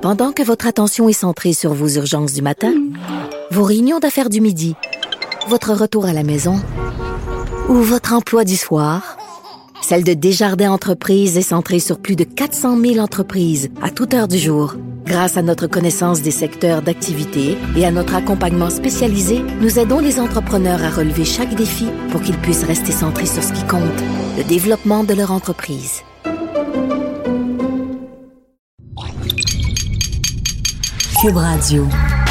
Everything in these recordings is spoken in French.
Pendant que votre attention est centrée sur vos urgences du matin, vos réunions d'affaires du midi, votre retour à la maison ou votre emploi du soir, celle de Desjardins Entreprises est centrée sur plus de 400 000 entreprises à toute heure du jour. Grâce à notre connaissance des secteurs d'activité et à notre accompagnement spécialisé, nous aidons les entrepreneurs à relever chaque défi pour qu'ils puissent rester centrés sur ce qui compte, le développement de leur entreprise. Cube Radio.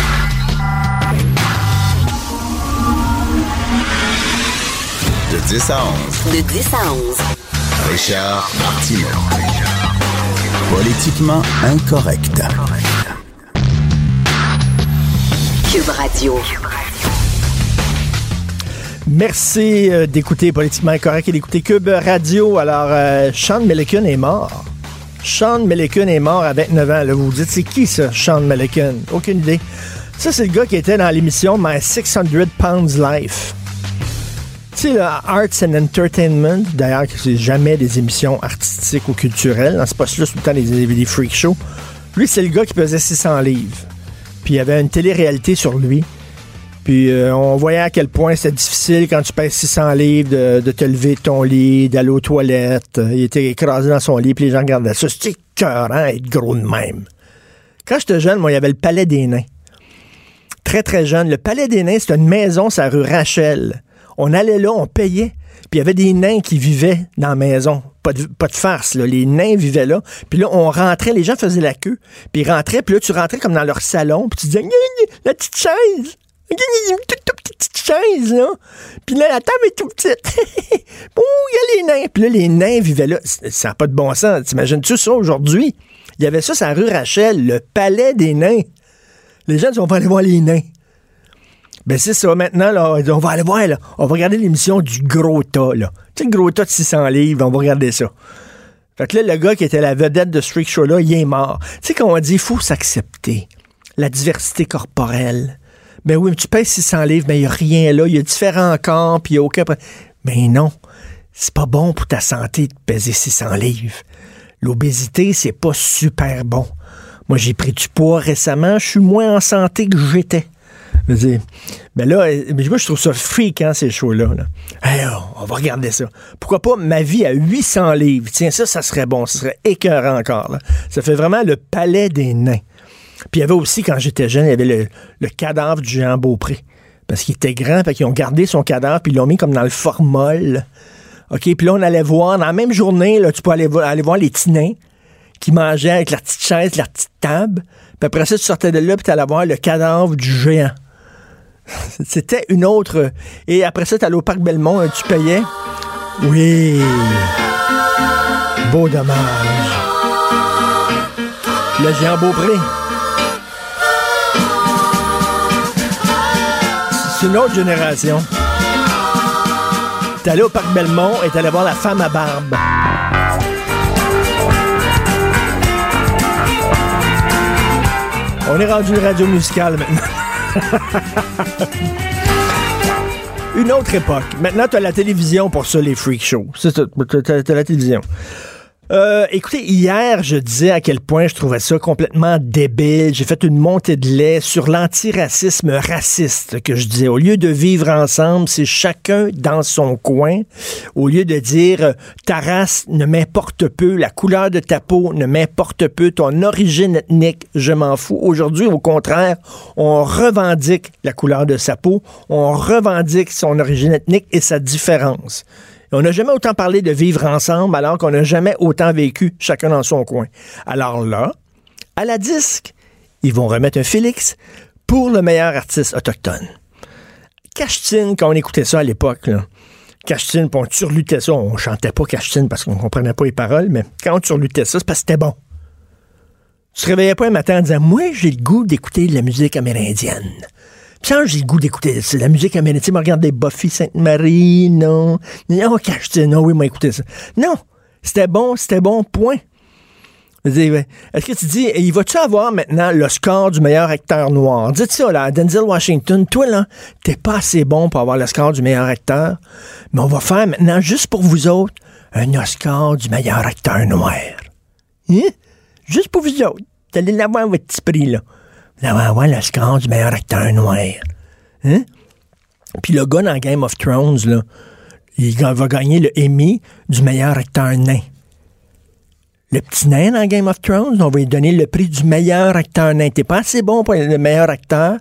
De 10 à 11. De 10 à 11. Richard Martineau. Politiquement incorrect. Cube Radio. Merci d'écouter Politiquement Incorrect et d'écouter Cube Radio. Alors, Sean Milliken est mort. Sean Milliken est mort à 29 ans. Là, vous vous dites, c'est qui ça, Sean Milliken? Aucune idée. Ça, c'est le gars qui était dans l'émission My 600 Pounds Life. Tu sais, là, Arts and Entertainment, d'ailleurs, c'est jamais des émissions artistiques ou culturelles. Dans ce poste-là, c'est tout le temps des freak shows. Lui, c'est le gars qui pesait 600 livres. Puis il y avait une télé-réalité sur lui. Puis on voyait à quel point c'était difficile quand tu pèses 600 livres de te lever de ton lit, d'aller aux toilettes. Il était écrasé dans son lit, puis les gens regardaient ça. C'était écœurant être gros de même. Quand j'étais jeune, moi, il y avait le Palais des Nains. Très, très jeune. Le Palais des Nains, c'était une maison sur la rue Rachel. On allait là, on payait, puis il y avait des nains qui vivaient dans la maison. Pas de farce, là. Les nains vivaient là. Puis là, on rentrait, les gens faisaient la queue, puis ils rentraient, puis là, tu rentrais comme dans leur salon, puis tu disais « La petite chaise! Une toute petite chaise, là! Puis là, la table est tout petite! Bon, il y a les nains! » Puis là, les nains vivaient là. Ça n'a pas de bon sens. T'imagines-tu ça aujourd'hui? Il y avait ça sur la rue Rachel, le Palais des Nains. Les gens disent « On va aller voir les nains. » Ben c'est ça, maintenant, là, on va aller voir, là, on va regarder l'émission du gros tas, là. Tu sais, le gros tas de 600 livres, on va regarder ça. Fait que là, le gars qui était la vedette de ce freak show-là, il est mort. Tu sais, quand on dit, il faut s'accepter la diversité corporelle. Ben oui, mais tu pèses 600 livres, mais il n'y a rien là, il y a différents corps, puis il n'y a aucun... Mais non, c'est pas bon pour ta santé de peser 600 livres. L'obésité, c'est pas super bon. Moi, j'ai pris du poids récemment, je suis moins en santé que j'étais. Ben là, moi, je trouve ça freakant, ces shows-là. Là. Hey, on va regarder ça. Pourquoi pas ma vie à 800 livres? Tiens, ça serait bon. Ça serait écœurant encore. Là. Ça fait vraiment le Palais des Nains. Puis il y avait aussi, quand j'étais jeune, il y avait le cadavre du géant Beaupré. Parce qu'il était grand, fait qu'ils ont gardé son cadavre, puis ils l'ont mis comme dans le formol. OK, puis là, on allait voir, dans la même journée, là, tu peux aller voir les petits nains qui mangeaient avec leur petite chaise, leur petite table. Puis après ça, tu sortais de là, puis tu allais voir le cadavre du géant. C'était une autre... Et après ça, t'allais au Parc Belmont, tu payais. Oui. Beau dommage. Le géant Beaupré. C'est une autre génération. T'allais au Parc Belmont et t'allais voir la femme à barbe. On est rendu une radio musicale maintenant. Une autre époque. Maintenant, tu as la télévision pour ça, les freak shows. C'est ça, t'as la télévision. Écoutez, hier, je disais à quel point je trouvais ça complètement débile. J'ai fait une montée de lait sur l'antiracisme raciste que je disais. Au lieu de vivre ensemble, c'est chacun dans son coin. Au lieu de dire ta race ne m'importe peu, la couleur de ta peau ne m'importe peu, ton origine ethnique, je m'en fous. Aujourd'hui, au contraire, on revendique la couleur de sa peau, on revendique son origine ethnique et sa différence. On n'a jamais autant parlé de vivre ensemble alors qu'on n'a jamais autant vécu chacun dans son coin. Alors là, à la disque, ils vont remettre un Félix pour le meilleur artiste autochtone. Cache-Tine, quand on écoutait ça à l'époque, là, Cache-Tine, puis on surlutait ça, on chantait pas Cache-Tine parce qu'on comprenait pas les paroles, mais quand on surlutait ça, c'est parce que c'était bon. Tu te réveillais pas un matin en disant « Moi, j'ai le goût d'écouter de la musique amérindienne. » Puis j'ai le goût d'écouter la musique amérindienne. Regardez Buffy Sainte-Marie, non. Non, Cache-Tine, non, oui, moi, écouter ça. Non, c'était bon, point. Est-ce que tu dis, il va-tu avoir maintenant le score du meilleur acteur noir? Dites ça, là, Denzel Washington, toi, là, t'es pas assez bon pour avoir le score du meilleur acteur, mais on va faire maintenant, juste pour vous autres, un Oscar du meilleur acteur noir. Hein? Juste pour vous autres. Vous allez l'avoir, votre petit prix, là. Vous allez avoir le score du meilleur acteur noir. Hein? Puis le gars dans Game of Thrones, là, il va gagner le Emmy du meilleur acteur nain. Le petit nain dans Game of Thrones, on va lui donner le prix du meilleur acteur nain. T'es pas assez bon pour être le meilleur acteur,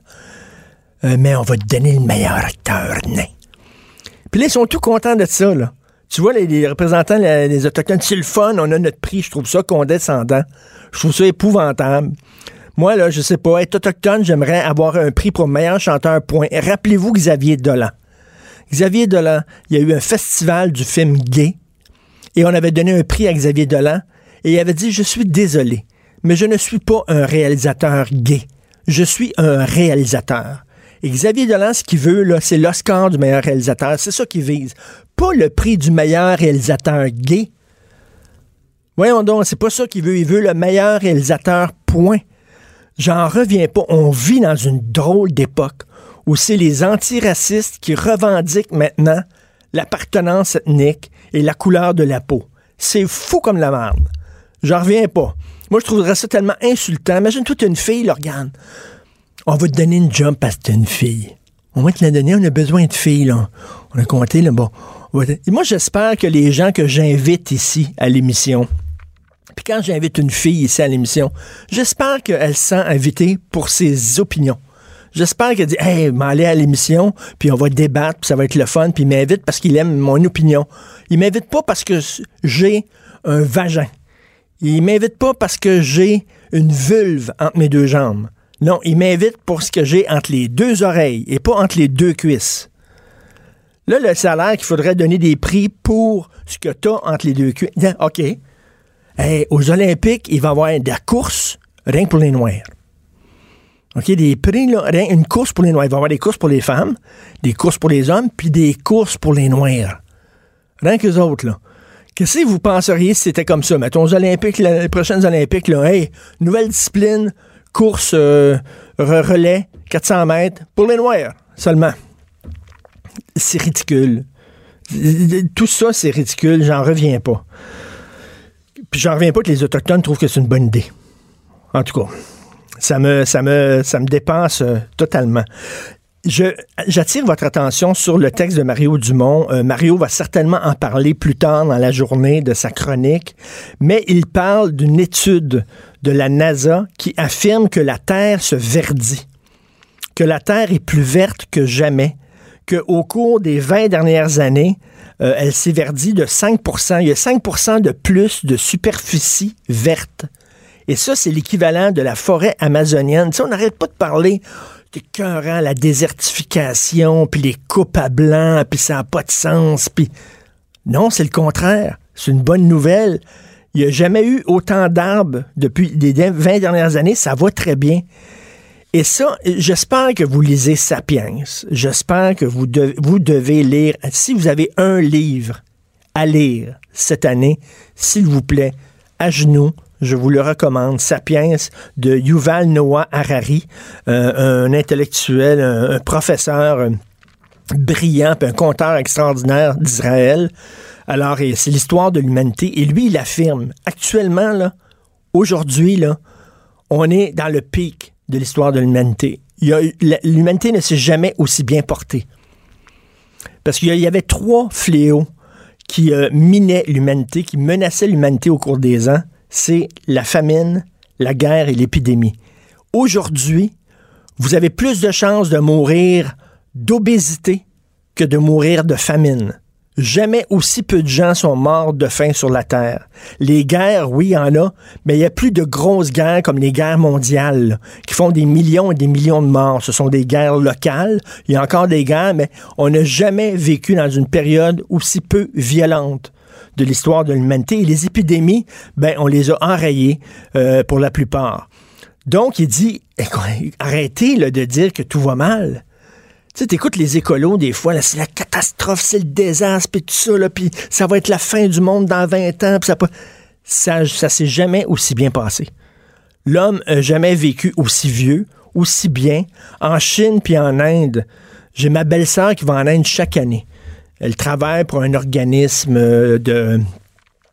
mais on va te donner le meilleur acteur nain. Puis là, ils sont tout contents de ça, là. Tu vois, les représentants des Autochtones, c'est le fun, on a notre prix, je trouve ça condescendant. Je trouve ça épouvantable. Moi, là, je sais pas, être autochtone, j'aimerais avoir un prix pour meilleur chanteur, point. Rappelez-vous Xavier Dolan. Xavier Dolan, il y a eu un festival du film gay, et on avait donné un prix à Xavier Dolan, et il avait dit, je suis désolé, mais je ne suis pas un réalisateur gay. Je suis un réalisateur. Et Xavier Dolan, ce qu'il veut, là, c'est l'Oscar du meilleur réalisateur. C'est ça qu'il vise. Pas le prix du meilleur réalisateur gay. Voyons donc, c'est pas ça qu'il veut. Il veut le meilleur réalisateur, point. J'en reviens pas. On vit dans une drôle d'époque où c'est les antiracistes qui revendiquent maintenant l'appartenance ethnique et la couleur de la peau. C'est fou comme la merde. J'en reviens pas. Moi, je trouverais ça tellement insultant. Imagine-toi, t'es une fille, là, regarde. On va te donner une job parce que t'es une fille. On va te la donner, on a besoin de filles, là. On a compté, là, bon. Moi, j'espère que les gens que j'invite ici à l'émission, puis quand j'invite une fille ici à l'émission, j'espère qu'elle se sent invitée pour ses opinions. J'espère qu'elle dit, hey, m'aller à l'émission, puis on va débattre, puis ça va être le fun, puis il m'invite parce qu'il aime mon opinion. Il m'invite pas parce que j'ai un vagin. Il m'invite pas parce que j'ai une vulve entre mes deux jambes. Non, il m'invite pour ce que j'ai entre les deux oreilles et pas entre les deux cuisses. Là, le salaire qu'il faudrait donner des prix pour ce que tu as entre les deux cuisses. OK. Hey, aux Olympiques, il va y avoir de la course rien que pour les Noirs. OK, des prix, là, une course pour les Noirs. Il va y avoir des courses pour les femmes, des courses pour les hommes, puis des courses pour les Noirs. Rien qu'eux autres, là. Qu'est-ce que vous penseriez si c'était comme ça? Mettons, aux Olympiques, les prochaines Olympiques, là, hey, nouvelle discipline, course relais, 400 mètres, pour les Noirs seulement. C'est ridicule. Tout ça, c'est ridicule. J'en reviens pas. Puis j'en reviens pas que les Autochtones trouvent que c'est une bonne idée. En tout cas, ça me dépasse totalement. J'attire votre attention sur le texte de Mario Dumont. Mario va certainement en parler plus tard dans la journée de sa chronique, mais il parle d'une étude de la NASA qui affirme que la Terre se verdit, que la Terre est plus verte que jamais, qu'au cours des 20 dernières années, elle s'est verdie de 5%. Il y a 5% de plus de superficie verte. Et ça, c'est l'équivalent de la forêt amazonienne. Tu sais, on n'arrête pas de parler d'écœurant, la désertification, puis les coupes à blanc, puis ça n'a pas de sens. Puis non, c'est le contraire. C'est une bonne nouvelle. Il n'y a jamais eu autant d'arbres depuis les 20 dernières années. Ça va très bien. Et ça, j'espère que vous lisez Sapiens. J'espère que vous devez lire. Si vous avez un livre à lire cette année, s'il vous plaît, à genoux, je vous le recommande, Sapiens de Yuval Noah Harari, un intellectuel, un professeur brillant, puis un conteur extraordinaire d'Israël. Alors, c'est l'histoire de l'humanité. Et lui, il affirme, actuellement, là, aujourd'hui, là, on est dans le pic de l'histoire de l'humanité. L'humanité ne s'est jamais aussi bien portée. Parce qu'il y avait 3 fléaux qui minaient l'humanité, qui menaçaient l'humanité au cours des ans. C'est la famine, la guerre et l'épidémie. Aujourd'hui, vous avez plus de chances de mourir d'obésité que de mourir de famine. Jamais aussi peu de gens sont morts de faim sur la Terre. Les guerres, oui, il y en a, mais il n'y a plus de grosses guerres comme les guerres mondiales, là, qui font des millions et des millions de morts. Ce sont des guerres locales. Il y a encore des guerres, mais on n'a jamais vécu dans une période aussi peu violente de l'histoire de l'humanité. Et les épidémies, ben, on les a enrayées pour la plupart. Donc, il dit, arrêtez là, de dire que tout va mal. Tu sais, t'écoutes les écolos des fois, là, c'est la catastrophe, c'est le désastre, puis tout ça, là, puis ça va être la fin du monde dans 20 ans, puis ça s'est jamais aussi bien passé. L'homme n'a jamais vécu aussi vieux, aussi bien. En Chine puis en Inde, j'ai ma belle-sœur qui va en Inde chaque année. Elle travaille pour un organisme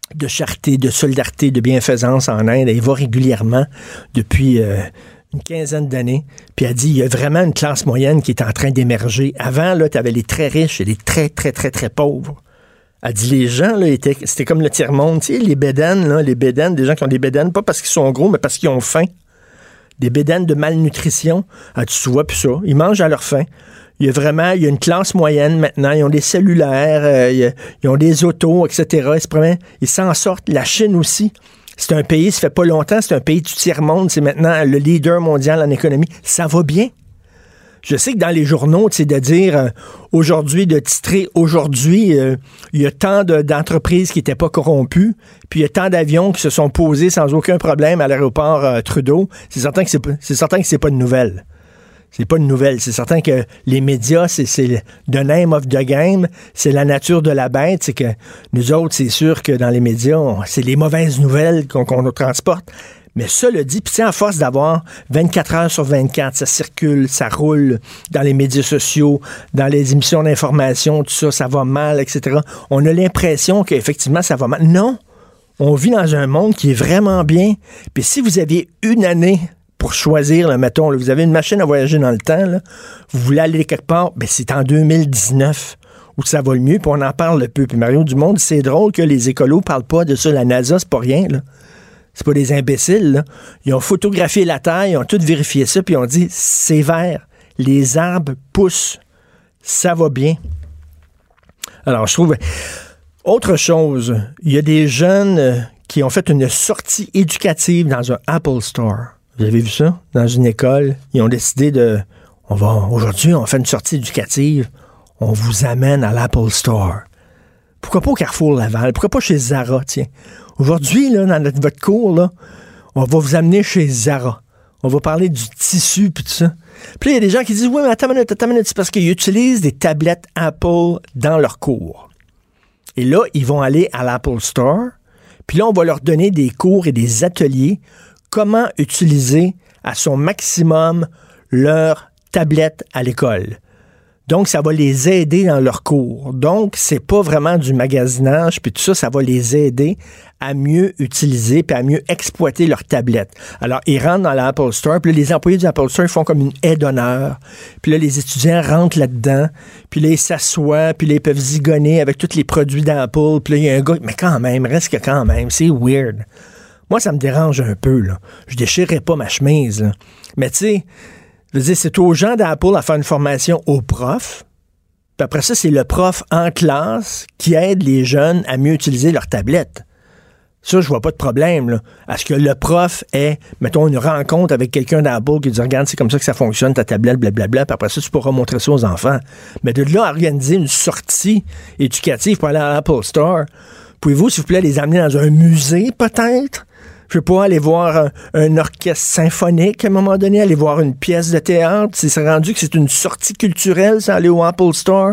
de charité, de solidarité, de bienfaisance en Inde. Elle y va régulièrement depuis une quinzaine d'années. Puis elle dit, il y a vraiment une classe moyenne qui est en train d'émerger. Avant, là, tu avais les très riches et les très, très, très, très pauvres. Elle dit, les gens, là, c'était comme le tiers-monde. Tu sais, les bédaines, là, des gens qui ont des bédaines, pas parce qu'ils sont gros, mais parce qu'ils ont faim. Des bédaines de malnutrition. Elle dit, tu vois plus ça. Ils mangent à leur faim. Il y a une classe moyenne maintenant. Ils ont des cellulaires, ils ont des autos, etc. Ils s'en sortent. La Chine aussi. C'est un pays, ça fait pas longtemps, c'est un pays du tiers-monde. C'est maintenant le leader mondial en économie. Ça va bien. Je sais que dans les journaux, c'est de dire aujourd'hui, de titrer aujourd'hui, il y a tant d'entreprises qui n'étaient pas corrompues, puis il y a tant d'avions qui se sont posés sans aucun problème à l'aéroport Trudeau. C'est certain que c'est pas une nouvelle. C'est pas une nouvelle. C'est certain que les médias, c'est the name of the game. C'est la nature de la bête. C'est que nous autres, c'est sûr que dans les médias, c'est les mauvaises nouvelles qu'on nous transporte. Mais cela dit, puis à force d'avoir 24 heures sur 24, ça circule, ça roule dans les médias sociaux, dans les émissions d'information, tout ça, ça va mal, etc. On a l'impression qu'effectivement, ça va mal. Non! On vit dans un monde qui est vraiment bien. Puis si vous aviez une année pour choisir, là, mettons, là, vous avez une machine à voyager dans le temps, là, vous voulez aller quelque part, ben c'est en 2019 où ça va le mieux, puis on en parle peu. Puis Mario Dumont, c'est drôle que les écolos parlent pas de ça. La NASA, c'est pas rien, là. C'est pas des imbéciles, là. Ils ont photographié la Terre, ils ont tout vérifié ça, puis ils ont dit, c'est vert, les arbres poussent, ça va bien. Alors, je trouve... Autre chose, il y a des jeunes qui ont fait une sortie éducative dans un Apple Store. Vous avez vu ça? Dans une école, ils ont décidé aujourd'hui, on fait une sortie éducative, on vous amène à l'Apple Store. Pourquoi pas au Carrefour Laval? Pourquoi pas chez Zara, tiens? Aujourd'hui, là, dans votre cours, là, on va vous amener chez Zara. On va parler du tissu puis tout ça. Puis là, il y a des gens qui disent, oui, mais attends une minute, c'est parce qu'ils utilisent des tablettes Apple dans leur cours. Et là, ils vont aller à l'Apple Store, puis là, on va leur donner des cours et des ateliers comment utiliser à son maximum leur tablette à l'école. Donc, ça va les aider dans leur cours. Donc, c'est pas vraiment du magasinage, puis tout ça, ça va les aider à mieux utiliser puis à mieux exploiter leur tablette. Alors, ils rentrent dans l'Apple Store, puis là, les employés du Apple Store, ils font comme une aide d'honneur. Puis là, les étudiants rentrent là-dedans, puis là, ils s'assoient, puis là, ils peuvent zigonner avec tous les produits d'Apple. Puis là, il y a un gars, mais quand même, reste que quand même, c'est weird. Moi, ça me dérange un peu, là. Je déchirerais pas ma chemise, là. Mais tu sais, je veux dire, c'est aux gens d'Apple à faire une formation aux profs. Puis après ça, c'est le prof en classe qui aide les jeunes à mieux utiliser leur tablette. Ça, je vois pas de problème, là. À ce que le prof ait, mettons, une rencontre avec quelqu'un d'Apple qui dit, regarde, c'est comme ça que ça fonctionne, ta tablette, blablabla, puis après ça, tu pourras montrer ça aux enfants. Mais de là à organiser une sortie éducative pour aller à l'Apple Store, pouvez-vous, s'il vous plaît, les amener dans un musée, peut-être? Je veux pas aller voir un orchestre symphonique à un moment donné, aller voir une pièce de théâtre. C'est rendu que c'est une sortie culturelle, ça, aller au Apple Store.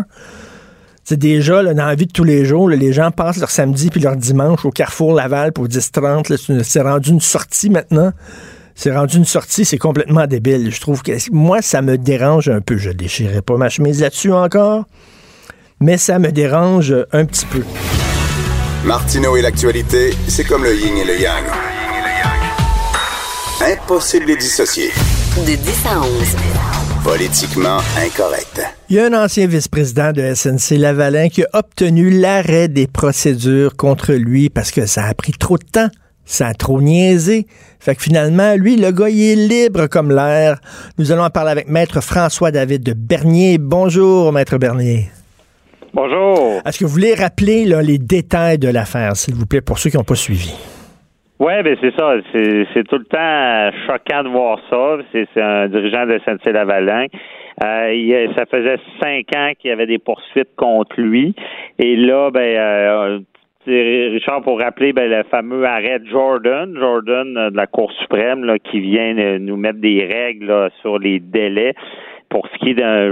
C'est déjà, là, dans la vie de tous les jours, là, les gens passent leur samedi puis leur dimanche au Carrefour Laval pour 10h30. Là, c'est rendu une sortie maintenant. C'est rendu une sortie, c'est complètement débile. Je trouve que moi, ça me dérange un peu. Je déchirerai pas ma chemise là-dessus encore, mais ça me dérange un petit peu. Martineau et l'actualité, c'est comme le yin et le yang. Impossible de les dissocier. De 10 à 11. Politiquement incorrect. Il y a un ancien vice-président de SNC-Lavalin qui a obtenu l'arrêt des procédures contre lui parce que ça a pris trop de temps. Ça a trop niaisé. Fait que finalement, lui, le gars, il est libre comme l'air. Nous allons en parler avec Maître François-David de Bernier. Bonjour, Maître Bernier. Bonjour. Est-ce que vous voulez rappeler là, les détails de l'affaire, s'il vous plaît, pour ceux qui n'ont pas suivi? Oui, ben c'est ça. C'est tout le temps choquant de voir ça. C'est un dirigeant de SNC-Lavalin. Ça faisait 5 ans qu'il y avait des poursuites contre lui. Et là, Richard, pour rappeler le fameux arrêt de Jordan de la Cour suprême là, qui vient nous mettre des règles là, sur les délais pour ce qui est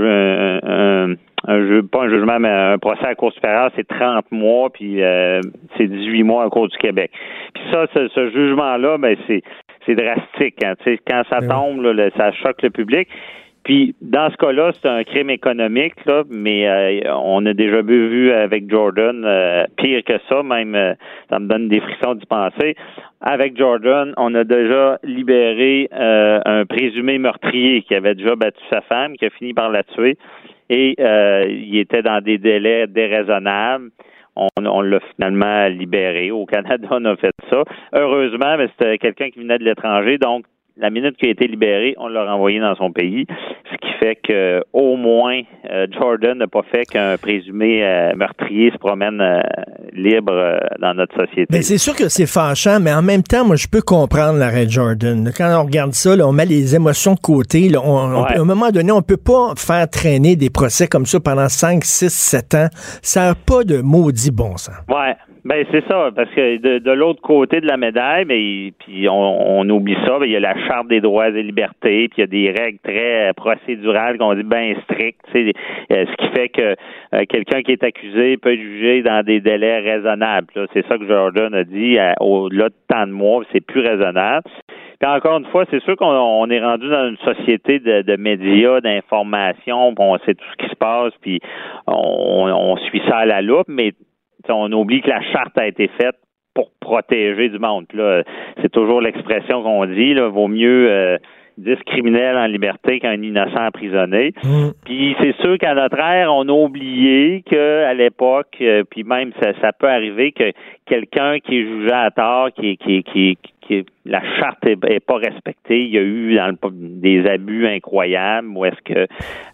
pas un jugement, mais un procès à la Cour supérieure, c'est 30 mois, puis c'est 18 mois en Cour du Québec. Puis ça, ce jugement-là, c'est drastique. Hein, quand ça tombe, là, ça choque le public. Puis, dans ce cas-là, c'est un crime économique, là, mais on a déjà vu avec Jordan, pire que ça, même, ça me donne des frissons d'y penser. Avec Jordan, on a déjà libéré un présumé meurtrier qui avait déjà battu sa femme, qui a fini par la tuer, et il était dans des délais déraisonnables. On l'a finalement libéré. Au Canada, on a fait ça. Heureusement, mais c'était quelqu'un qui venait de l'étranger, donc la minute qu'il a été libéré, on l'a renvoyé dans son pays, ce qui fait que au moins Jordan n'a pas fait qu'un présumé meurtrier se promène libre dans notre société. Ben, c'est sûr que c'est fâchant, mais en même temps, moi, je peux comprendre l'arrêt de Jordan. Quand on regarde ça, là, on met les émotions de côté. Là, à un moment donné, on peut pas faire traîner des procès comme ça pendant 5, 6, 7 ans. Ça n'a pas de maudit bon sens. Ouais. Ben c'est ça, parce que de l'autre côté de la médaille, puis on oublie ça, il y a la Charte des droits et libertés, puis il y a des règles très procédurales qu'on dit bien strictes, ce qui fait que quelqu'un qui est accusé peut être jugé dans des délais raisonnables. Là. C'est ça que Jordan a dit, au-delà de tant de mois, c'est plus raisonnable. Puis encore une fois, c'est sûr qu'on est rendu dans une société de médias, d'information, on sait tout ce qui se passe, puis on suit ça à la loupe, mais on oublie que la charte a été faite pour protéger du monde. Là, c'est toujours l'expression qu'on dit, là, vaut mieux 10 criminels en liberté qu'un innocent emprisonné. Puis c'est sûr qu'à notre ère, on a oublié qu'à l'époque, puis même ça peut arriver que quelqu'un qui est jugé à tort, qui la charte est pas respectée, il y a eu des abus incroyables, ou est-ce que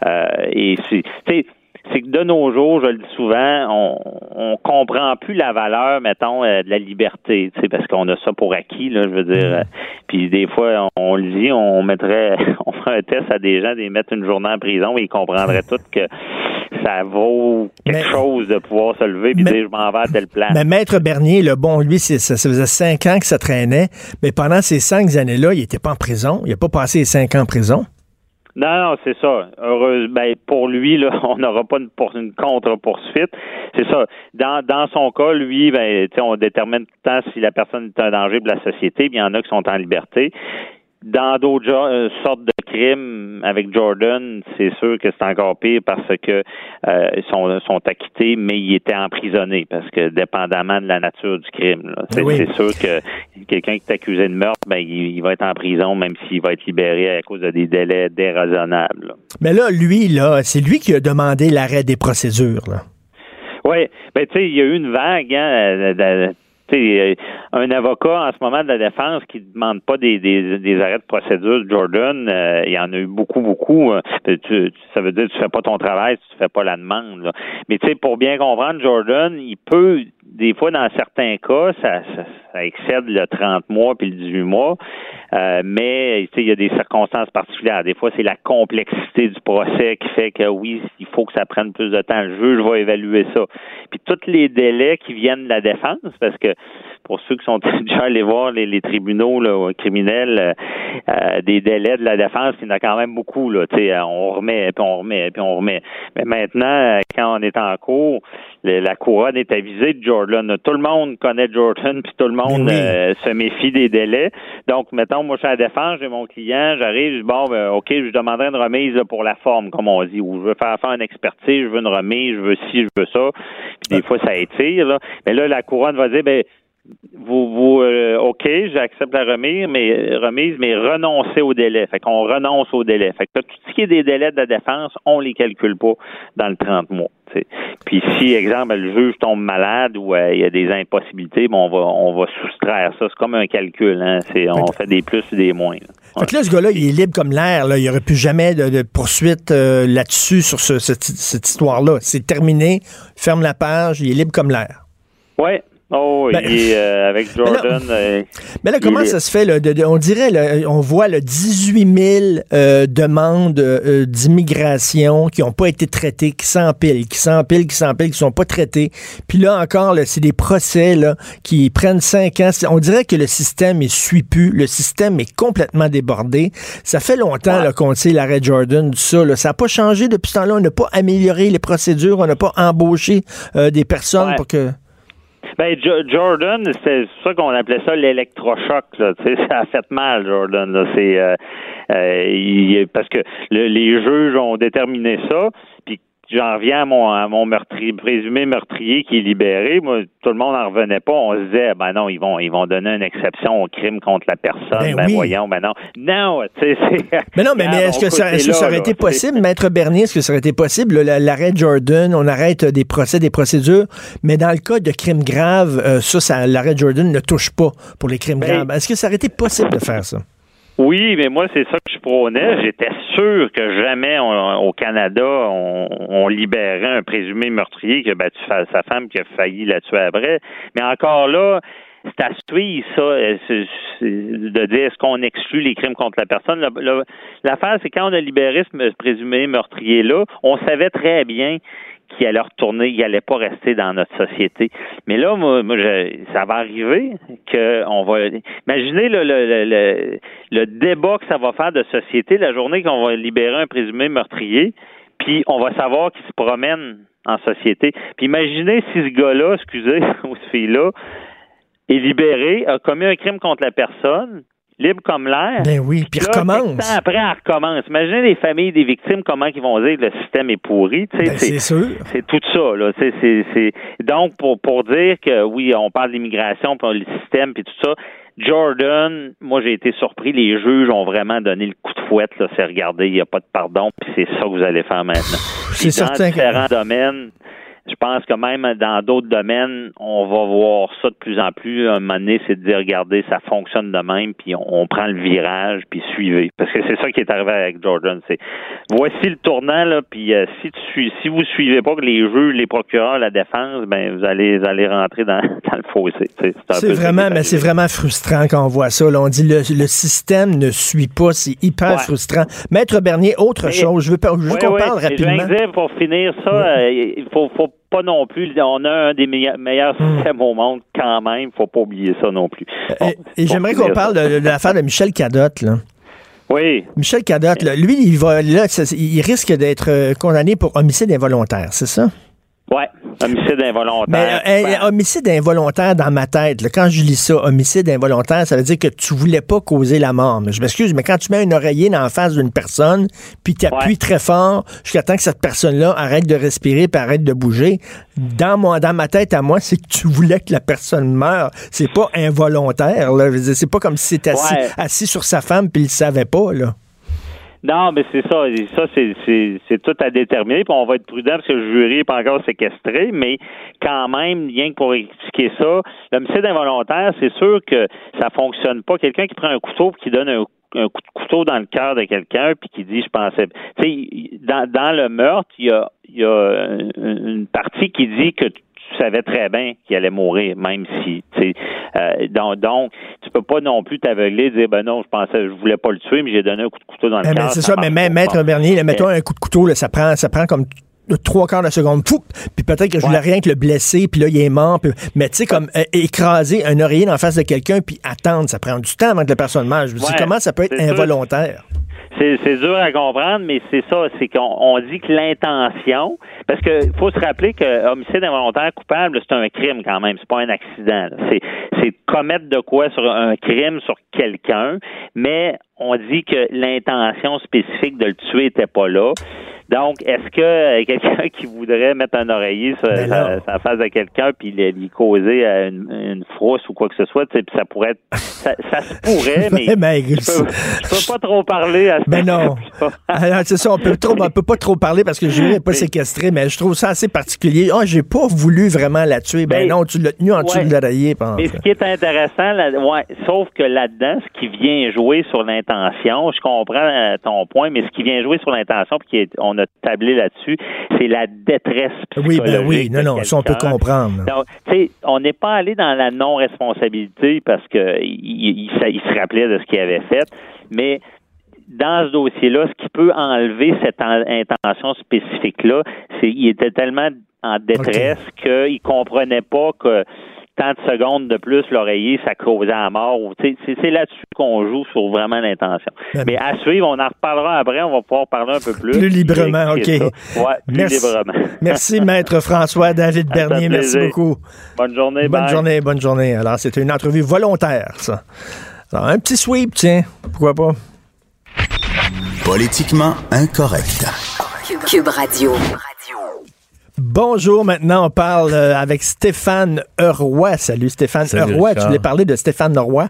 c'est que de nos jours, je le dis souvent, on comprend plus la valeur, mettons, de la liberté, tu sais, parce qu'on a ça pour acquis, là, je veux dire. Puis des fois, on le dit, on ferait un test à des gens, les mettre une journée en prison, et ils comprendraient tous que ça vaut quelque chose de pouvoir se lever et dire je m'en vais à telle place. Mais Maître Bernier, là, bon, lui, ça faisait 5 ans que ça traînait, mais pendant ces 5 années-là, il était pas en prison. Il a pas passé les 5 ans en prison. Non, c'est ça. Pour lui, là, on n'aura pas une contre-poursuite. C'est ça. Dans son cas, lui, on détermine tout le temps si la personne est un danger pour la société. Il y en a qui sont en liberté. Dans d'autres sortes de crimes, avec Jordan, c'est sûr que c'est encore pire parce que sont acquittés, mais il était emprisonné parce que dépendamment de la nature du crime. Là, c'est sûr que quelqu'un qui est accusé de meurtre, il va être en prison même s'il va être libéré à cause de des délais déraisonnables. Là. Mais là, lui, là, c'est lui qui a demandé l'arrêt des procédures. Là. Oui, tu sais, il y a eu une vague, un avocat en ce moment de la défense qui ne demande pas des arrêts de procédure de Jordan, il y en a eu beaucoup. Ça veut dire que tu fais pas ton travail si tu fais pas la demande. Là. Mais tu sais, pour bien comprendre, Jordan, il peut, des fois, dans certains cas, ça excède le 30 mois puis le 18 mois, mais il y a des circonstances particulières. Des fois, c'est la complexité du procès qui fait que oui, il faut que ça prenne plus de temps. Le juge va évaluer ça. Puis tous les délais qui viennent de la défense, parce que pour ceux qui sont déjà allés voir les tribunaux là, criminels, des délais de la défense, il y en a quand même beaucoup. Là, on remet, puis on remet, puis on remet. Mais maintenant, quand on est en cours, la couronne est avisée de Jordan. Tout le monde connaît Jordan, puis tout le monde se méfie des délais. Donc, mettons, moi, je suis à la défense, j'ai mon client, j'arrive, je dis, OK, je demanderai une remise là, pour la forme, comme on dit, ou je veux faire une expertise, je veux une remise, je veux ci, je veux ça. Puis des fois, ça étire. Là. Mais là, la couronne va dire, OK, j'accepte la remise, mais renoncez au délai. Fait qu'on renonce au délai. Fait que tout ce qui est des délais de la défense, on les calcule pas dans le 30 mois. T'sais. Puis si, exemple, le juge tombe malade ou il y a des impossibilités, on va soustraire ça. C'est comme un calcul. Hein? On fait des plus et des moins. Là. Fait que là, ce gars-là, il est libre comme l'air. Là. Il n'y aurait plus jamais de poursuite là-dessus sur cette histoire-là. C'est terminé. Ferme la page. Il est libre comme l'air. Oui. Oh, il est avec Jordan. Mais là, comment ça se fait? Là, on dirait, là, on voit 18 000 demandes d'immigration qui n'ont pas été traitées, qui s'empilent, qui ne sont pas traitées. Puis là encore, là, c'est des procès là, qui prennent 5 ans. On dirait que le système ne suit plus. Le système est complètement débordé. Ça fait longtemps là, qu'on sait l'arrêt Jordan, tout ça. Là. Ça n'a pas changé depuis ce temps-là. On n'a pas amélioré les procédures. On n'a pas embauché des personnes pour que... Ben, Jordan, c'est ça qu'on appelait ça l'électrochoc, là. Tu sais, ça a fait mal, Jordan, là. C'est, parce que les juges ont déterminé ça, puis j'en reviens à mon présumé meurtrier qui est libéré. Moi, tout le monde n'en revenait pas. On se disait, ben non, ils vont donner une exception au crime contre la personne. Ben oui. Voyons, ben non. Non, tu sais, c'est... Mais non, mais est-ce que ça aurait été possible, Maître Bernier, est-ce que ça aurait été possible, l'arrêt Jordan, on arrête des procédures, mais dans le cas de crimes graves, l'arrêt Jordan ne touche pas pour les crimes graves. Est-ce que ça aurait été possible de faire ça? Oui, mais moi, c'est ça que je prônais. J'étais sûr que jamais au Canada, on libérait un présumé meurtrier qui a battu sa femme, qui a failli la tuer après. Mais encore là, c'est à suivre, ça, de dire est-ce qu'on exclut les crimes contre la personne. L'affaire, c'est quand on a libéré ce présumé meurtrier-là, on savait très bien qu'il allait retourner, il allait pas rester dans notre société. Mais là, ça va arriver qu'on va... Imaginez le débat que ça va faire de société la journée qu'on va libérer un présumé meurtrier, puis on va savoir qu'il se promène en société. Puis imaginez si ce gars-là, ou cette fille-là, est libéré, a commis un crime contre la personne, libre comme l'air. Ben oui, puis recommence. Après, elle recommence. Imaginez les familles des victimes, comment ils vont dire que le système est pourri. C'est sûr. C'est tout ça, là. Donc, pour dire que, oui, on parle d'immigration, puis le système, puis tout ça, Jordan, moi, j'ai été surpris. Les juges ont vraiment donné le coup de fouette, là. C'est regarder, il n'y a pas de pardon, puis c'est ça que vous allez faire maintenant. C'est certain. Dans différents domaines, je pense que même dans d'autres domaines, on va voir ça de plus en plus. À un moment donné, c'est de dire, regardez, ça fonctionne de même, puis on prend le virage, puis suivez. Parce que c'est ça qui est arrivé avec Jordan. C'est voici le tournant, là, puis si vous suivez pas que les juges, les procureurs, la défense, ben vous allez rentrer dans le fossé. C'est vraiment frustrant quand on voit ça. Là. On dit le système ne suit pas, c'est hyper frustrant. Maître Bernier, autre chose, je veux qu'on parle rapidement. Je veux dire, pour finir ça, il faut pas non plus. On a un des meilleurs systèmes au monde quand même. Il faut pas oublier ça non plus. Et j'aimerais qu'on parle de l'affaire de Michel Cadotte, là. Oui. Michel Cadotte, là, lui, il risque d'être condamné pour homicide involontaire, c'est ça? Oui, homicide involontaire. Mais homicide involontaire dans ma tête, là, quand je lis ça, homicide involontaire, ça veut dire que tu voulais pas causer la mort. Mais je m'excuse, mais quand tu mets un oreiller dans la face d'une personne, puis tu appuies très fort jusqu'à temps que cette personne-là arrête de respirer puis arrête de bouger, dans ma tête à moi, c'est que tu voulais que la personne meure. C'est pas involontaire, là. C'est pas comme si c'était assis sur sa femme puis il le savait pas, là. Non, mais c'est ça. Ça, c'est tout à déterminer. Puis on va être prudent parce que le jury n'est pas encore séquestré, mais quand même, rien que pour expliquer ça, l'homicide involontaire, c'est sûr que ça fonctionne pas. Quelqu'un qui prend un couteau et qui donne un coup de couteau dans le cœur de quelqu'un puis qui dit je pensais. Tu sais, dans le meurtre, il y a une partie qui dit que tu savais très bien qu'il allait mourir, même si, tu sais, donc, tu peux pas non plus t'aveugler et dire, ben non, je voulais pas le tuer, mais j'ai donné un coup de couteau dans le cœur. C'est ça, mais Maître Bernier, là, mettons un coup de couteau, là, ça prend comme 3/4 de seconde, puis peut-être que je voulais rien que le blesser, puis là, il est mort, mais tu sais, comme écraser un oreiller en face de quelqu'un, puis attendre, ça prend du temps avant que la personne meure. Je me dis, comment ça peut être involontaire? C'est dur à comprendre, mais c'est ça, c'est qu'on dit que l'intention, parce que faut se rappeler que homicide involontaire coupable, c'est un crime quand même, c'est pas un accident. C'est commettre de quoi sur un crime sur quelqu'un, mais on dit que l'intention spécifique de le tuer était pas là. Donc, est-ce que quelqu'un qui voudrait mettre un oreiller sur la face de quelqu'un puis lui causer une frousse ou quoi que ce soit, puis ça pourrait être, ça se pourrait, mais je peux pas trop parler à ce non. Alors, c'est ça, on peut pas trop parler parce que je n'est pas séquestré, mais je trouve ça assez particulier. J'ai pas voulu vraiment la tuer. Non, tu l'as tenu en dessous de l'oreiller. Mais ce qui est intéressant, sauf que là-dedans, ce qui vient jouer sur l'intention, je comprends ton point, mais ce qui vient jouer sur l'intention, puis on a tablé là-dessus, c'est la détresse psychologique. Oui, non, ça on peut comprendre. Donc, tu sais, on n'est pas allé dans la non-responsabilité parce que il se rappelait de ce qu'il avait fait, mais dans ce dossier-là, ce qui peut enlever cette intention spécifique-là, c'est qu'il était tellement en détresse qu'il comprenait pas que tant de secondes de plus, l'oreiller, ça causait la mort. C'est là-dessus qu'on joue sur vraiment l'intention. Mais à suivre, on en reparlera après, on va pouvoir parler un peu plus. Plus librement, OK. Oui, plus librement. Merci, Maître François-David Bernier. Merci beaucoup. Bonne journée. Bonne journée. Alors, c'était une entrevue volontaire, ça. Alors, un petit sweep, tiens. Pourquoi pas? Politiquement incorrect. Cube Radio. Bonjour, maintenant on parle avec Stéphane Roy. Salut Stéphane Roy, tu voulais parler de Stéphane Roy?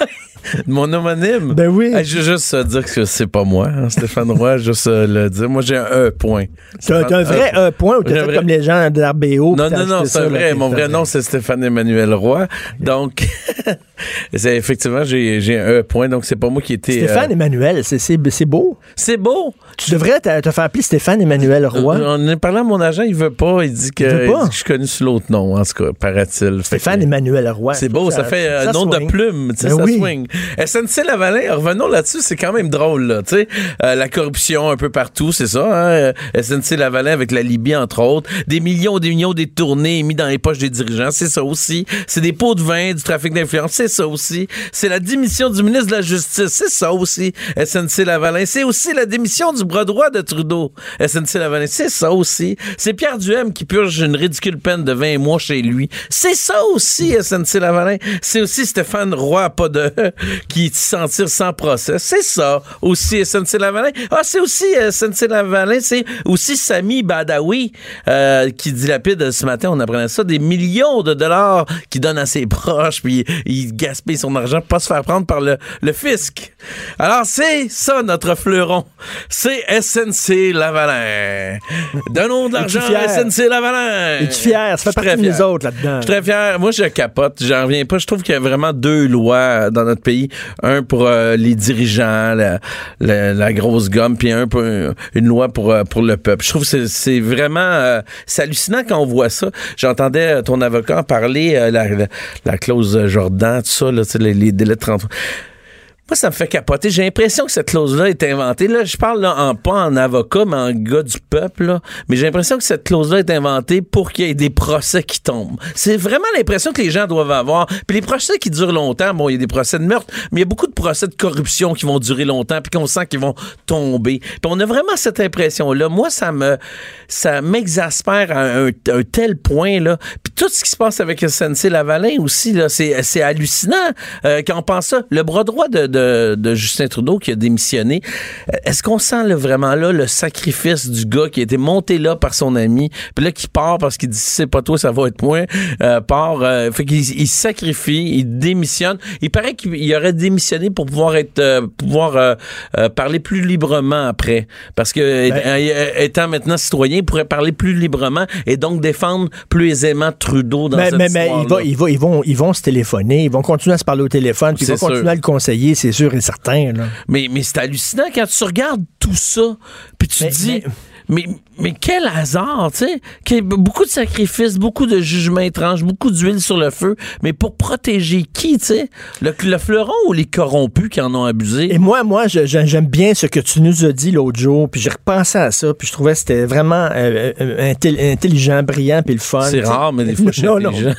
Mon homonyme? Ben oui. Je veux juste dire que c'est pas moi, hein, Stéphane Roy, juste le dire. Moi, j'ai un E-point. T'as un vrai E-point ou t'as fait comme les gens de l'RBO? Non, c'est vrai. Mon vrai nom, c'est Stéphane Emmanuel Roy. Donc, effectivement, j'ai un E-point, donc c'est pas moi qui étais... Stéphane Emmanuel, c'est beau. C'est beau. Tu devrais te faire appeler Stéphane Emmanuel Roy. On a parlé à mon agent, il veut pas. Il dit que je suis connu sous l'autre nom, en tout cas, paraît-il. Stéphane Emmanuel Roy. C'est beau, ça fait un nom de plume, tu sais, ça swing. SNC-Lavalin, revenons là-dessus, c'est quand même drôle, là, tu sais. La corruption un peu partout, c'est ça, hein. SNC-Lavalin avec la Libye, entre autres. Des millions détournés et mis dans les poches des dirigeants, c'est ça aussi. C'est des pots de vin, du trafic d'influence, c'est ça aussi. C'est la démission du ministre de la Justice, c'est ça aussi. SNC-Lavalin, c'est aussi la démission du bras droit de Trudeau. SNC-Lavalin, c'est ça aussi. C'est Pierre Duhem qui purge une ridicule peine de 20 mois chez lui. C'est ça aussi, SNC-Lavalin. C'est aussi Stéphane Roy, pas de qui s'en tire sans procès. C'est ça aussi, SNC-Lavalin. C'est aussi SNC-Lavalin, c'est aussi Sami Badawi qui dilapide ce matin, on apprenait ça, des millions de dollars qu'il donne à ses proches, puis il gaspille son argent pour pas se faire prendre par le fisc. Alors, c'est ça, notre fleuron. C'est SNC-Lavalin. Donnons de l'argent à SNC-Lavalin. Es-tu fier? Ça fait partie de nous autres là-dedans. Je suis très fier. Moi, je capote. J'en reviens pas. Je trouve qu'il y a vraiment deux lois dans notre pays. Un pour les dirigeants, la grosse gomme, puis un pour une loi pour le peuple. Je trouve que c'est vraiment... c'est hallucinant quand on voit ça. J'entendais ton avocat parler, la clause Jordan, tout ça, là, les délais de 30... Moi, ça me fait capoter. J'ai l'impression que cette clause-là est inventée. Là, je parle là, pas en avocat, mais en gars du peuple. Là. Mais j'ai l'impression que cette clause-là est inventée pour qu'il y ait des procès qui tombent. C'est vraiment l'impression que les gens doivent avoir. Puis les procès qui durent longtemps, bon, il y a des procès de meurtre, mais il y a beaucoup de procès de corruption qui vont durer longtemps puis qu'on sent qu'ils vont tomber. Puis on a vraiment cette impression-là. Moi, ça m'exaspère à un tel point, là. Puis tout ce qui se passe avec SNC-Lavalin aussi, là, c'est hallucinant quand on pense ça. Le bras droit de Justin Trudeau qui a démissionné. Est-ce qu'on sent là, vraiment là le sacrifice du gars qui a été monté là par son ami, puis là qui part parce qu'il dit c'est pas toi, ça va être moi, fait qu'il sacrifie, il démissionne. Il paraît qu'il aurait démissionné pour pouvoir parler plus librement après, parce que étant maintenant citoyen, il pourrait parler plus librement et donc défendre plus aisément Trudeau dans cette histoire-là. Ils vont se téléphoner, ils vont continuer à se parler au téléphone, puis ils vont continuer à le conseiller, c'est sûr et certain. Là. Mais c'est hallucinant quand tu regardes tout ça, puis tu te dis... Mais quel hasard, tu sais. Beaucoup de sacrifices, beaucoup de jugements étranges, beaucoup d'huile sur le feu. Mais pour protéger qui, tu sais? Le fleuron ou les corrompus qui en ont abusé? Et moi, j'aime bien ce que tu nous as dit l'autre jour, puis j'ai repensé à ça, puis je trouvais que c'était vraiment intelligent, brillant, puis le fun. C'est rare, mais des fois, je suis intelligent.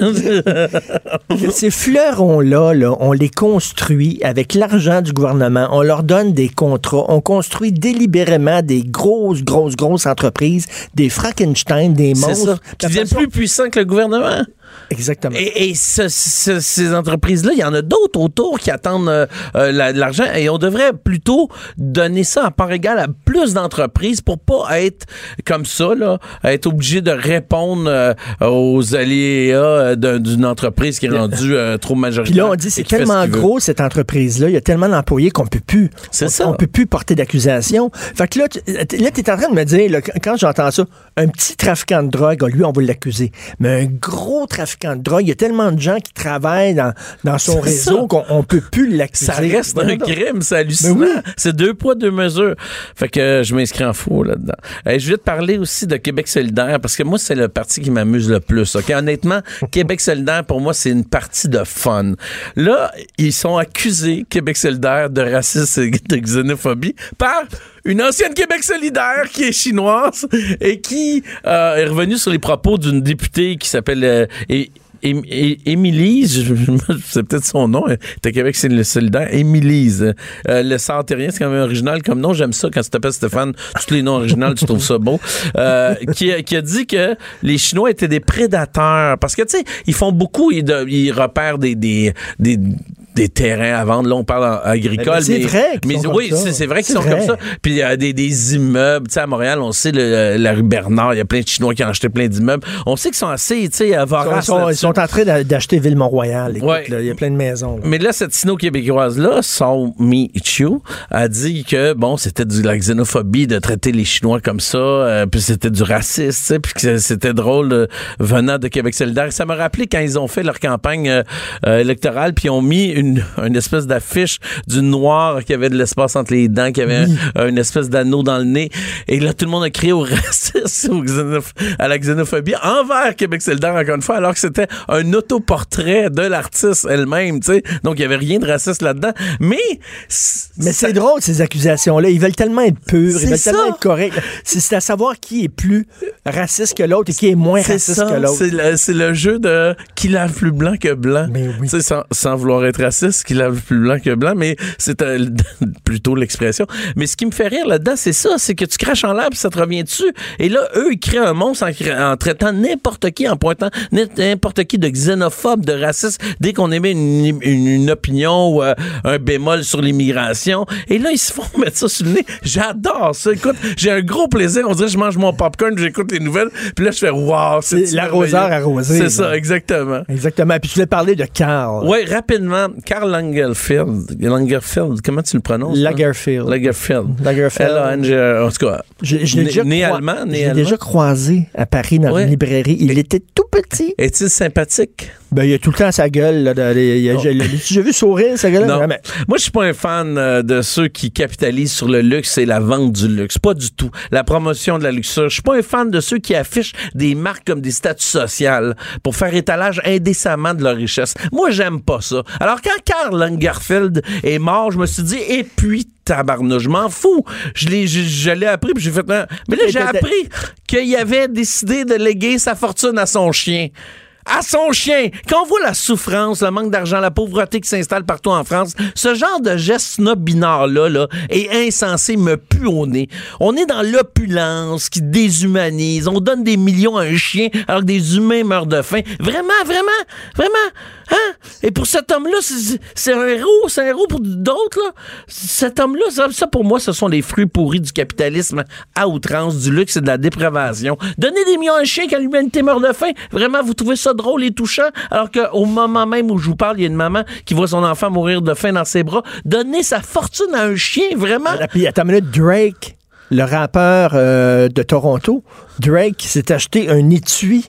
Ces fleurons-là, on les construit avec l'argent du gouvernement. On leur donne des contrats. On construit délibérément des grosses entreprises, des Frankenstein, des monstres. Qui deviennent plus puissants que le gouvernement. Exactement. Et ces entreprises-là, il y en a d'autres autour qui attendent l'argent et on devrait plutôt donner ça à part égale à plus d'entreprises pour pas être comme ça, là, être obligé de répondre aux aléas d'une entreprise qui est rendue trop majoritaire. Puis là, on dit c'est tellement gros cette entreprise-là, il y a tellement d'employés qu'on peut plus. On peut plus porter d'accusation. Fait que là, t'es en train de me dire, là, quand j'entends ça, un petit trafiquant de drogue, lui, on va l'accuser. Mais un gros trafiquant de drogue, il y a tellement de gens qui travaillent dans son réseau qu'on peut plus l'accuser. Ça reste un crime, c'est hallucinant. Oui. C'est 2 poids, 2 mesures. Fait que je m'inscris en faux là-dedans. Je vais te parler aussi de Québec solidaire, parce que moi, c'est le parti qui m'amuse le plus. Okay? Honnêtement, Québec solidaire, pour moi, c'est une partie de fun. Là, ils sont accusés, Québec solidaire, de racisme et de xénophobie par une ancienne Québec solidaire qui est chinoise et qui est revenue sur les propos d'une députée qui s'appelle Émilise, c'est peut-être son nom, t'es Québec solidaire, Émilise. Le Sartérien, c'est quand même original comme nom, j'aime ça quand tu t'appelles Stéphane, tous les noms originaux, tu trouves ça beau. Qui a dit que les Chinois étaient des prédateurs, parce que tu sais, ils font beaucoup, ils repèrent des terrains à vendre. Là, on parle agricole. Mais c'est vrai qu'ils sont oui, comme ça. C'est vrai qu'ils sont comme ça. Puis il y a des immeubles. Tu sais, à Montréal, on sait, la rue Bernard, il y a plein de Chinois qui ont acheté plein d'immeubles. On sait qu'ils sont assez, tu sais, voraces. Ils sont en train d'acheter Ville-Mont-Royal. Écoute, ouais. il y a plein de maisons. Là. Mais là, cette Sino-Québécoise-là, Song Mi-Chiu, a dit que, bon, c'était de la xénophobie de traiter les Chinois comme ça, puis c'était du racisme, tu sais, puis que c'était drôle venant de Québec solidaire. Ça m'a rappelé quand ils ont fait leur campagne électorale, puis ils ont mis une espèce d'affiche du noir qui avait de l'espace entre les dents, qui avait une espèce d'anneau dans le nez. Et là, tout le monde a crié au racisme, à la xénophobie envers Québec solidaire, encore une fois, alors que c'était un autoportrait de l'artiste elle-même, tu sais. Donc, il n'y avait rien de raciste là-dedans. Mais c'est drôle, ces accusations-là. Ils veulent tellement être purs, ils veulent tellement être corrects. C'est à savoir qui est plus raciste que l'autre et qui est moins raciste que l'autre. C'est le jeu de qui lave plus blanc que blanc. Mais oui. Tu sais, sans vouloir être raciste, qui lave plus blanc que blanc, mais c'est plutôt l'expression. Mais ce qui me fait rire là-dedans, c'est ça, c'est que tu craches en l'air puis ça te revient dessus. Et là, eux, ils créent un monstre en traitant n'importe qui, en pointant n'importe qui de xénophobe, de raciste, dès qu'on émet une opinion ou un bémol sur l'immigration. Et là, ils se font mettre ça sur le nez. J'adore ça. Écoute, j'ai un gros plaisir. On dirait que je mange mon popcorn, j'écoute les nouvelles, puis là, je fais « wow, c'est l'arroseur arrosé. C'est ça, exactement. Exactement. Puis tu voulais parler de Karl. Oui, rapidement. Karl Lagerfeld, comment tu le prononces? Lagerfeld. En tout cas, né allemand. Je l'ai déjà croisé à Paris dans une librairie. Il était tout petit. Est-il sympathique? Ben, il a tout le temps sa gueule. Là, j'ai vu sourire, sa gueule. Non. Moi, je suis pas un fan de ceux qui capitalisent sur le luxe et la vente du luxe. Pas du tout. La promotion de la luxure. Je suis pas un fan de ceux qui affichent des marques comme des statuts sociaux pour faire étalage indécemment de leur richesse. Moi, j'aime pas ça. Alors, quand Karl Lagerfeld est mort, je me suis dit, et puis, tabarnouche, je m'en fous. Je l'ai appris, puis j'ai fait... Mais là, j'ai appris qu'il avait décidé de léguer sa fortune à son chien. À son chien. Quand on voit la souffrance, le manque d'argent, la pauvreté qui s'installe partout en France, ce genre de geste snobinard-là est insensé, me pue au nez. On est dans l'opulence qui déshumanise. On donne des millions à un chien alors que des humains meurent de faim. Vraiment? Hein? Et pour cet homme-là, c'est un héros pour d'autres, là. Cet homme-là, ça pour moi, ce sont les fruits pourris du capitalisme à outrance, du luxe et de la dépravation. Donner des millions à un chien quand l'humanité meurt de faim, vraiment, vous trouvez ça drôle et touchant, alors qu'au moment même où je vous parle, il y a une maman qui voit son enfant mourir de faim dans ses bras. Donner sa fortune à un chien, vraiment? Puis, attends une minute, Drake, le rappeur de Toronto, Drake s'est acheté un étui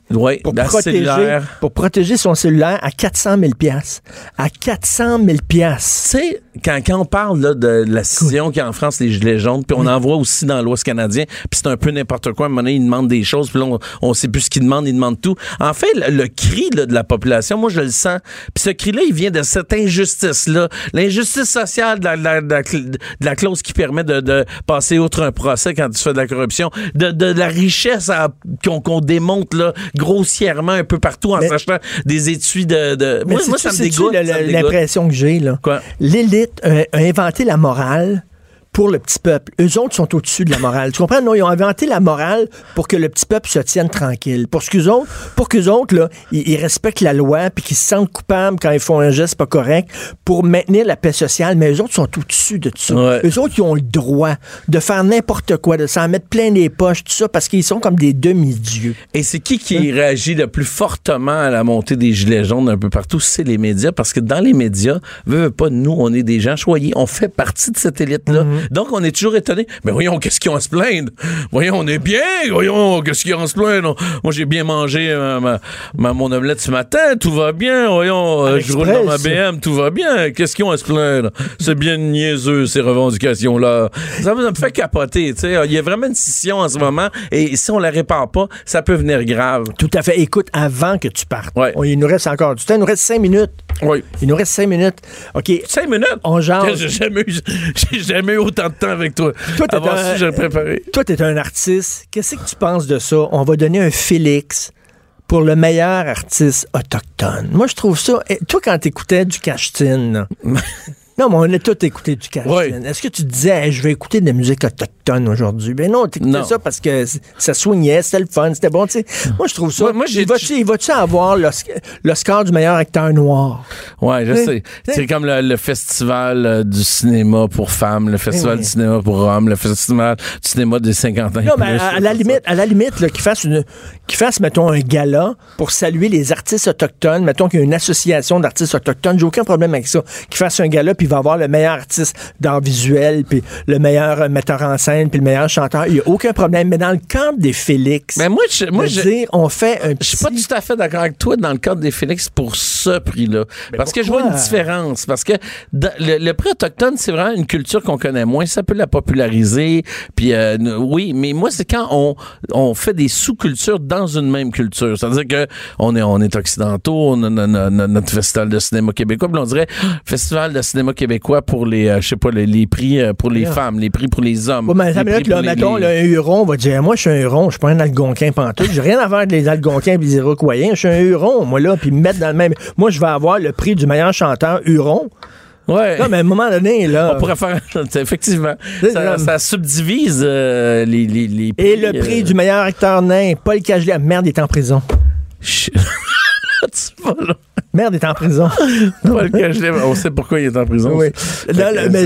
pour protéger son cellulaire à 400 000 $. À 400 000 $. Tu sais, quand on parle là, de la scission qu'il y a en France, les gilets jaunes, puis on en voit aussi dans l'Ouest canadien, puis c'est un peu n'importe quoi. À un moment donné, ils demandent des choses, puis là, on sait plus ce qu'ils demandent, ils demandent tout. En fait, le cri là, de la population, moi, je le sens. Puis ce cri-là, il vient de cette injustice-là. L'injustice sociale de la clause qui permet de passer outre un procès quand tu fais de la corruption, de la richesse qu'on démonte là, grossièrement un peu partout en s'achetant des étuis de... Moi, ça me dégoûte. L'impression que j'ai, là. Quoi? L'élite a inventé la morale pour le petit peuple. Eux autres sont au-dessus de la morale. Tu comprends? Non, ils ont inventé la morale pour que le petit peuple se tienne tranquille. Pour qu'eux autres, là, ils respectent la loi puis qu'ils se sentent coupables quand ils font un geste pas correct pour maintenir la paix sociale. Mais eux autres sont au-dessus de tout ça. Ouais. Eux autres, ils ont le droit de faire n'importe quoi, de s'en mettre plein les poches, tout ça, parce qu'ils sont comme des demi-dieux. Et c'est qui réagit le plus fortement à la montée des gilets jaunes un peu partout? C'est les médias, parce que dans les médias, veut pas, nous, on est des gens choyés. On fait partie de cette élite-là. Donc, on est toujours étonné. Mais voyons, qu'est-ce qu'ils ont à se plaindre? Voyons, on est bien. Voyons, qu'est-ce qu'ils ont à se plaindre? Moi, j'ai bien mangé mon omelette ce matin. Tout va bien. Voyons, je roule dans ma BM. Tout va bien. Qu'est-ce qu'ils ont à se plaindre? C'est bien niaiseux, ces revendications-là. Ça me fait capoter. Tu sais, il y a vraiment une scission en ce moment. Et si on la répare pas, ça peut venir grave. Tout à fait. Écoute, avant que tu partes, il nous reste encore du temps. Il nous reste 5 minutes. Oui. Il nous reste 5 minutes. OK. 5 minutes? On jase. J'ai jamais eu autant de temps avec toi. Toi, t'es un artiste. Qu'est-ce que tu penses de ça? On va donner un Félix pour le meilleur artiste autochtone. Moi, je trouve ça... Toi, quand t'écoutais du Cache-Tine, non, mais on a tous écouté du Cache-Tine. Oui. Est-ce que tu disais, hey, je vais écouter de la musique autochtone aujourd'hui? Ben non, t'écoutais ça parce que ça soignait, c'était le fun, c'était bon. T'sais. Moi, je trouve ça. Il va-tu avoir le score du meilleur acteur noir? Ouais, je sais. C'est comme le festival du cinéma pour femmes, le festival du cinéma pour hommes, le festival du cinéma des 50 ans. Non, mais à la limite, là, qu'il fasse, mettons, un gala pour saluer les artistes autochtones. Mettons qu'il y a une association d'artistes autochtones. J'ai aucun problème avec ça. Qu'il fasse un gala, puis il va avoir le meilleur artiste d'art visuel, puis le meilleur metteur en scène, puis le meilleur chanteur. Il n'y a aucun problème. Mais dans le cadre des Félix, mais on fait un petit... Je suis pas tout à fait d'accord avec toi dans le cadre des Félix pour ce prix-là. Parce que je vois une différence. Parce que le prix autochtone, c'est vraiment une culture qu'on connaît moins. Ça peut la populariser. Puis oui, mais moi, c'est quand on fait des sous-cultures dans une même culture. C'est-à-dire que on est occidentaux, on a notre festival de cinéma québécois, puis on dirait festival de cinéma québécois pour les, je sais pas, les prix pour les femmes, les prix pour les hommes. Ouais, mais mettons, un Huron va dire, moi, je suis un Huron, je suis pas un Algonquin pantoute, j'ai rien à voir avec les Algonquins et les Iroquois, je suis un Huron, moi, là, puis me mettre dans le même... Moi, je vais avoir le prix du meilleur chanteur Huron. Ouais. Non, mais à un moment donné, là... On pourrait faire... Effectivement. Ça subdivise les prix. Et le prix du meilleur acteur nain, Paul Cagelet. Merde, il est en prison. Tu vas là. Merde, il est en prison. Paul Cagelet, on sait pourquoi il est en prison. Oui. Là, mais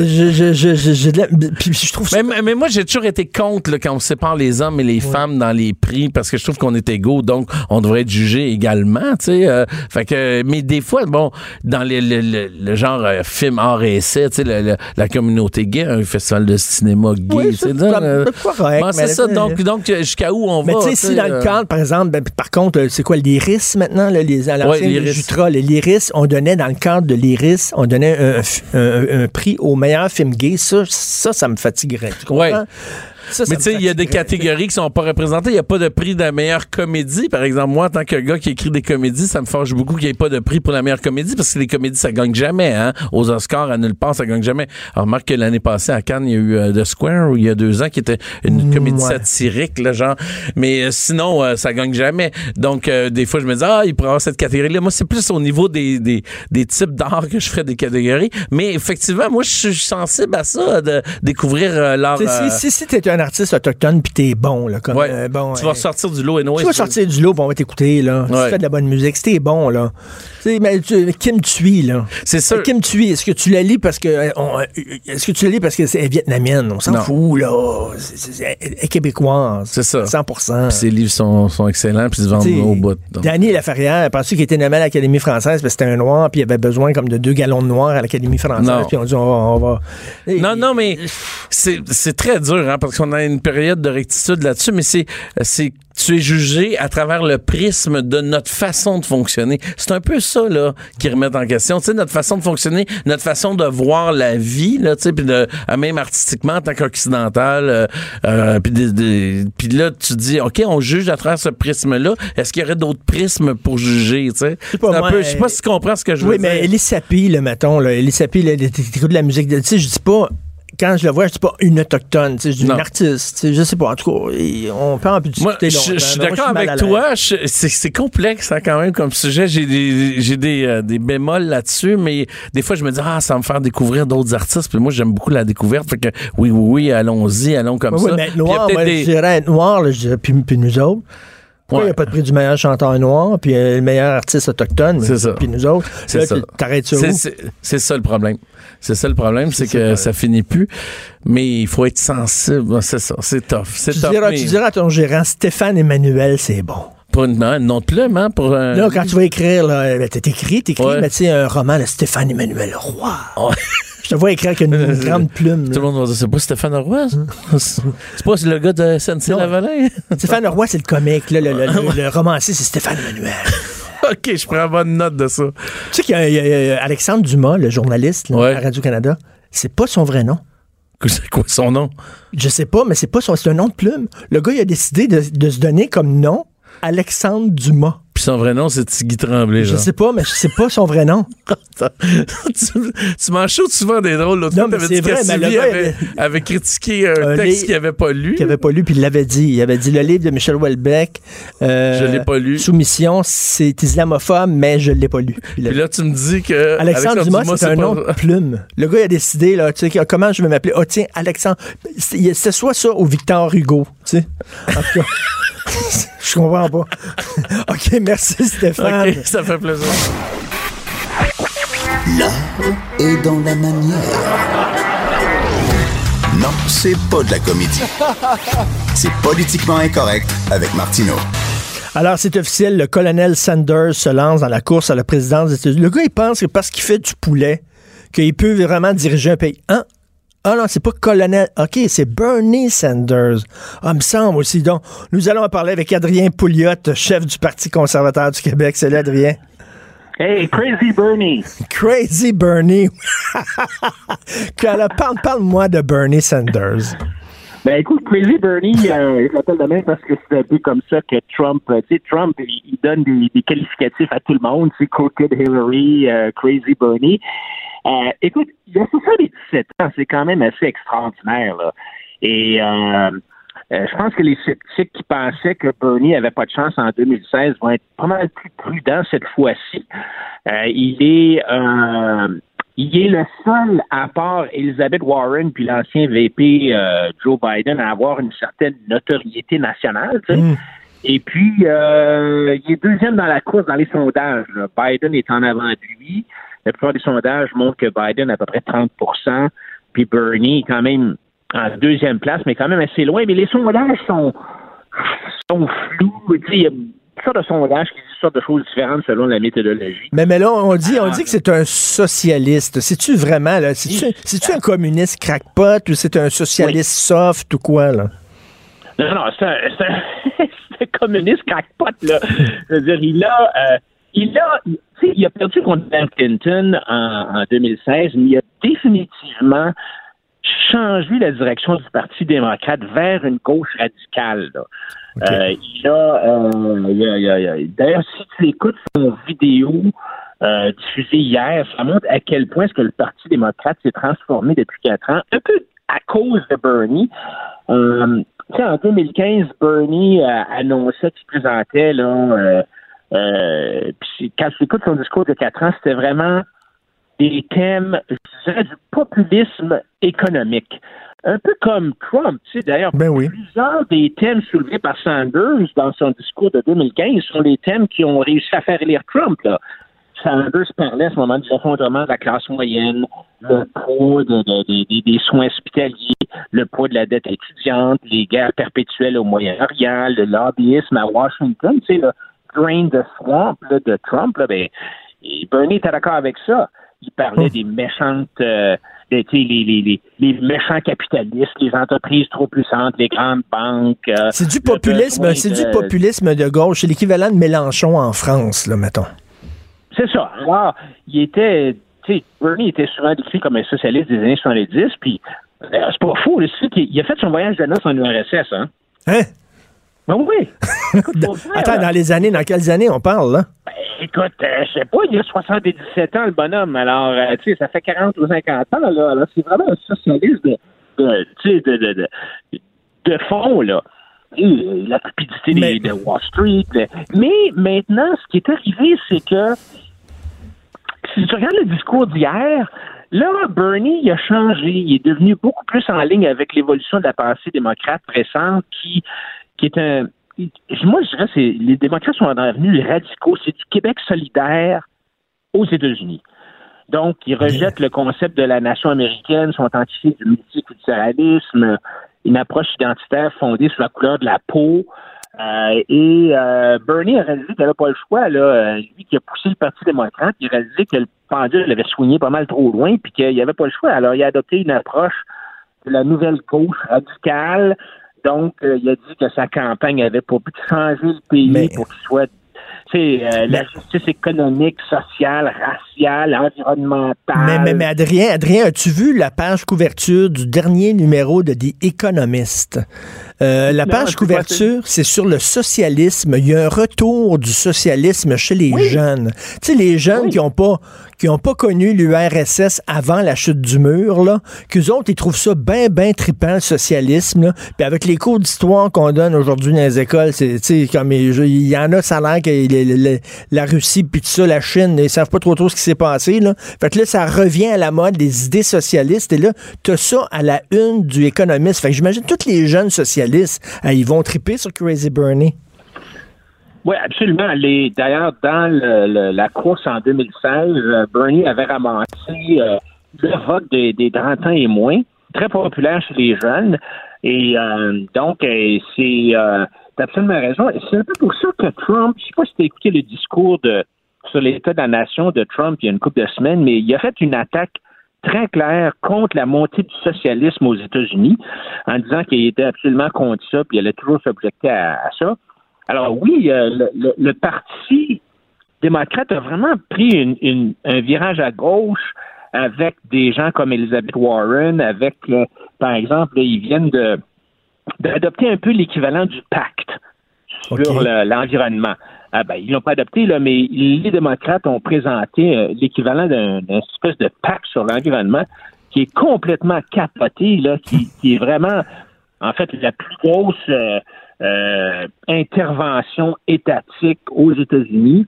puis je trouve ça... Mais moi, j'ai toujours été contre là, quand on sépare les hommes et les femmes dans les prix, parce que je trouve qu'on est égaux, donc on devrait être jugé également, tu sais. Fait que, mais des fois, bon, dans le genre film art et essai, tu sais, la communauté gay, un festival de cinéma gay, c'est correct. C'est ça, donc jusqu'à où on va? Mais tu sais, si dans le cadre, par exemple, par contre, c'est quoi, l'Iris maintenant, là, à l'ancienne Jutra, l'Iris, on donnait, dans le cadre de l'Iris, on donnait un prix au meilleur film gay. Ça me fatiguerait. Tu comprends? Ouais. Mais tu sais, il y a des catégories qui sont pas représentées. Il n'y a pas de prix de la meilleure comédie. Par exemple, moi, en tant que gars qui écrit des comédies, ça me fâche beaucoup qu'il n'y ait pas de prix pour la meilleure comédie parce que les comédies, ça gagne jamais. Hein? Aux Oscars, à nulle part, ça gagne jamais. Alors, remarque que l'année passée, à Cannes, il y a eu The Square, où il y a 2 ans, qui était une comédie satirique, là, genre. Mais sinon, ça gagne jamais. Donc, des fois, je me dis, il pourrait avoir cette catégorie-là. Moi, c'est plus au niveau des types d'art que je ferais des catégories. Mais effectivement, moi, je suis sensible à ça, de découvrir l'art. Si t'es un artiste autochtone puis t'es bon, là, comme bon. Tu vas sortir du lot et Tu vas sortir du lot puis on va t'écouter, là. Si tu fais de la bonne musique, si t'es bon, là. Mais Kim Thuy, là. C'est ça. Kim Thuy, est-ce que tu la lis parce que c'est vietnamienne? On s'en fout, là. Elle est québécoise. C'est ça. 100%. Puis ses livres sont excellents puis ils se vendent au bout. Danny Laferrière, penses-tu qu'il était nommé à l'Académie française parce que c'était un noir puis il avait besoin comme de 2 gallons de noir à l'Académie française. Puis on dit on va... Non, mais c'est très dur, hein, parce qu'on a une période de rectitude là-dessus, mais c'est tu es jugé à travers le prisme de notre façon de fonctionner. C'est un peu ça, là, qui remet en question. Tu sais, notre façon de fonctionner, notre façon de voir la vie, là, tu sais, puis même artistiquement, en tant qu'occidental, puis là, tu dis, OK, on juge à travers ce prisme-là. Est-ce qu'il y aurait d'autres prismes pour juger, tu sais? Je sais pas si tu comprends ce que je veux dire. Oui, mais Elie Sapi, là, mettons, là, Elie Sapi, t'écoutes de la musique, tu sais, je dis pas... Quand je le vois, je dis pas une autochtone, je dis une artiste, je sais pas, en tout cas, on peut en plus discuter. Moi, je suis d'accord avec toi, c'est complexe hein, quand même comme sujet, j'ai des bémols là-dessus, mais des fois je me dis, ça va me faire découvrir d'autres artistes, puis moi j'aime beaucoup la découverte, fait que oui, allons comme ça. Oui, mais noir, moi, je dirais être noir, je dirais, puis nous autres. Pourquoi il n'y a pas de prix du meilleur chanteur noir, puis le meilleur artiste autochtone, puis nous autres? C'est ça. T'arrêtes ça où? C'est ça le problème. C'est ça le problème, c'est que ça finit plus. Mais il faut être sensible. C'est ça. C'est tough. Tu diras à ton gérant, Stéphane Emmanuel, c'est bon. Pour une nom de plume, hein? Là, quand tu vas écrire, là, t'écris, mais tu sais, un roman de Stéphane Emmanuel Roy. Ouais. Je te vois écrire avec une grande plume. Tout le monde va dire, c'est pas Stéphane Roy, ça? C'est pas le gars de SNC-Lavalin? Stéphane Roy, c'est le comique. Là, le romancier, c'est Stéphane Emmanuel. OK, je prends bonne note de ça. Tu sais qu'il y a Alexandre Dumas, le journaliste à Radio-Canada. C'est pas son vrai nom. C'est quoi son nom? Je sais pas, mais c'est un nom de plume. Le gars, il a décidé de se donner comme nom Alexandre Dumas. Puis son vrai nom, c'est Tiggy Tremblay. Je sais pas, mais je sais pas son vrai nom. tu m'en shootes souvent des drôles. L'autre fois, t'avais dit que Sylvie avait critiqué un texte qu'il avait pas lu. Qu'il avait pas lu, puis il l'avait dit. Il avait dit le livre de Michel Houellebecq. Je l'ai pas lu. Soumission, c'est islamophobe, mais je l'ai pas lu. Puis là, tu me dis que Alexandre Dumas, c'est un nom de plume. Le gars, il a décidé, là, tu sais, comment je vais m'appeler? Oh, tiens, Alexandre. C'est soit ça ou Victor Hugo, tu sais. En tout cas. Je comprends pas. OK, merci Stéphane. OK, ça fait plaisir. L'art est dans la manière. Non, c'est pas de la comédie. C'est Politiquement Incorrect avec Martineau. Alors, c'est officiel, le colonel Sanders se lance dans la course à la présidence des États-Unis. Le gars, il pense que parce qu'il fait du poulet, qu'il peut vraiment diriger un pays. Hein? Ah non, c'est pas colonel. OK, c'est Bernie Sanders. Ah, me semble aussi. Donc, nous allons en parler avec Adrien Pouliot, chef du Parti conservateur du Québec. Salut, Adrien. Hey, Crazy Bernie. Crazy Bernie. Alors, parle-moi de Bernie Sanders. Ben écoute, Crazy Bernie, je l'appelle de même parce que c'est un peu comme ça que Trump, tu sais, Trump, il donne des qualificatifs à tout le monde, tu sais, Crooked Hillary, Crazy Bernie. Écoute, il a 77 ans, c'est quand même assez extraordinaire, là. Et je pense que les sceptiques qui pensaient que Bernie avait pas de chance en 2016 vont être pas mal plus prudents cette fois-ci. Il est le seul, à part Elizabeth Warren puis l'ancien VP Joe Biden, à avoir une certaine notoriété nationale, tu sais. Et puis, il est deuxième dans la course dans les sondages, là. Biden est en avant de lui. La plupart des sondages montrent que Biden a à peu près 30%, puis Bernie est quand même en deuxième place, mais quand même assez loin. Mais les sondages sont flous. Tu sais, il y a toutes sortes de sondages qui disent toutes sortes de choses différentes selon la méthodologie. Mais là, on dit que c'est un socialiste. C'est-tu vraiment, là? C'est-tu un communiste crackpot ou c'est un socialiste soft ou quoi, là? Non, c'est un communiste crackpot, là. Je veux dire, il a perdu contre Bill Clinton en 2016, mais il a définitivement changé la direction du Parti démocrate vers une gauche radicale, là. Okay. D'ailleurs, si tu écoutes son vidéo diffusée hier, ça montre à quel point est-ce que le Parti démocrate s'est transformé depuis 4 ans, un peu à cause de Bernie. Tu sais, en 2015, Bernie annonçait qu'il se présentait, là, puis quand tu écoutes son discours de 4 ans, c'était vraiment des thèmes, je dirais, du populisme économique. Un peu comme Trump, tu sais, d'ailleurs, plusieurs des thèmes soulevés par Sanders dans son discours de 2015 sont les thèmes qui ont réussi à faire élire Trump, là. Sanders parlait à ce moment du effondrement de la classe moyenne, le poids des soins hospitaliers, le poids de la dette étudiante, les guerres perpétuelles au Moyen-Orient, le lobbyisme à Washington, tu sais, le drain de swamp là, de Trump, là, ben, Bernie était d'accord avec ça. Il parlait des méchantes, les méchants capitalistes, les entreprises trop puissantes, les grandes banques. C'est du populisme, du populisme de gauche. C'est l'équivalent de Mélenchon en France, là, mettons. C'est ça. Alors, Bernie était souvent décrit comme un socialiste des années 70, puis c'est pas faux, il a fait son voyage de noces en URSS, hein? Hein? Ben oui. Écoute, Attends, dans quelles années on parle, là? Ben, écoute, je sais pas, il a 77 ans, le bonhomme. Alors, tu sais, ça fait 40 ou 50 ans, là. Alors, c'est vraiment un socialiste de fond, là. La cupidité de Wall Street. Mais maintenant, ce qui est arrivé, c'est que si tu regardes le discours d'hier, là, Bernie, il a changé. Il est devenu beaucoup plus en ligne avec l'évolution de la pensée démocrate récente qui est un... Moi, je dirais que les démocrates sont devenus radicaux. C'est du Québec solidaire aux États-Unis. Donc, ils rejettent le concept de la nation américaine, sont anti du multiculturalisme, une approche identitaire fondée sur la couleur de la peau. Bernie a réalisé qu'il n'avait pas le choix. Là, lui qui a poussé le Parti démocrate, il a réalisé que le pendule l'avait soigné pas mal trop loin puis qu'il n'y avait pas le choix. Alors, il a adopté une approche de la nouvelle gauche radicale. Donc, il a dit que sa campagne avait pour but de changer le pays pour qu'il soit... la justice économique, sociale, raciale, environnementale. Mais Adrien, as-tu vu la page couverture du dernier numéro de The Economist? La page couverture, c'est sur le socialisme. Il y a un retour du socialisme chez les jeunes. Tu sais, les jeunes qui ont pas connu l'URSS avant la chute du mur, là, qu'eux autres, ils trouvent ça bien trippant, le socialisme, là. Puis avec les cours d'histoire qu'on donne aujourd'hui dans les écoles, c'est, tu sais, comme il y en a, ça a l'air que la Russie, puis tout ça, la Chine, ils savent pas trop ce qui s'est passé, là. Fait que là, ça revient à la mode, les idées socialistes, et là, t'as ça à la une du Économiste. Fait que j'imagine tous les jeunes socialistes, ils vont tripper sur Crazy Bernie. Oui, absolument. D'ailleurs, dans la course en 2016, Bernie avait ramassé le vote des 30 ans et moins, très populaire chez les jeunes. Et donc, t'as absolument raison. C'est un peu pour ça que Trump, je sais pas si tu as écouté le discours sur l'état de la nation de Trump il y a une couple de semaines, mais il a fait une attaque très claire contre la montée du socialisme aux États-Unis, en disant qu'il était absolument contre ça, puis il allait toujours s'objecter à ça. Alors oui, le Parti démocrate a vraiment pris un virage à gauche avec des gens comme Elizabeth Warren, avec, par exemple, ils viennent d'adopter un peu l'équivalent du pacte sur l'environnement. Ils l'ont pas adopté, là, mais les démocrates ont présenté l'équivalent d'une espèce de pacte sur l'environnement qui est complètement capoté, là, qui est vraiment, en fait, la plus grosse intervention étatique aux États-Unis.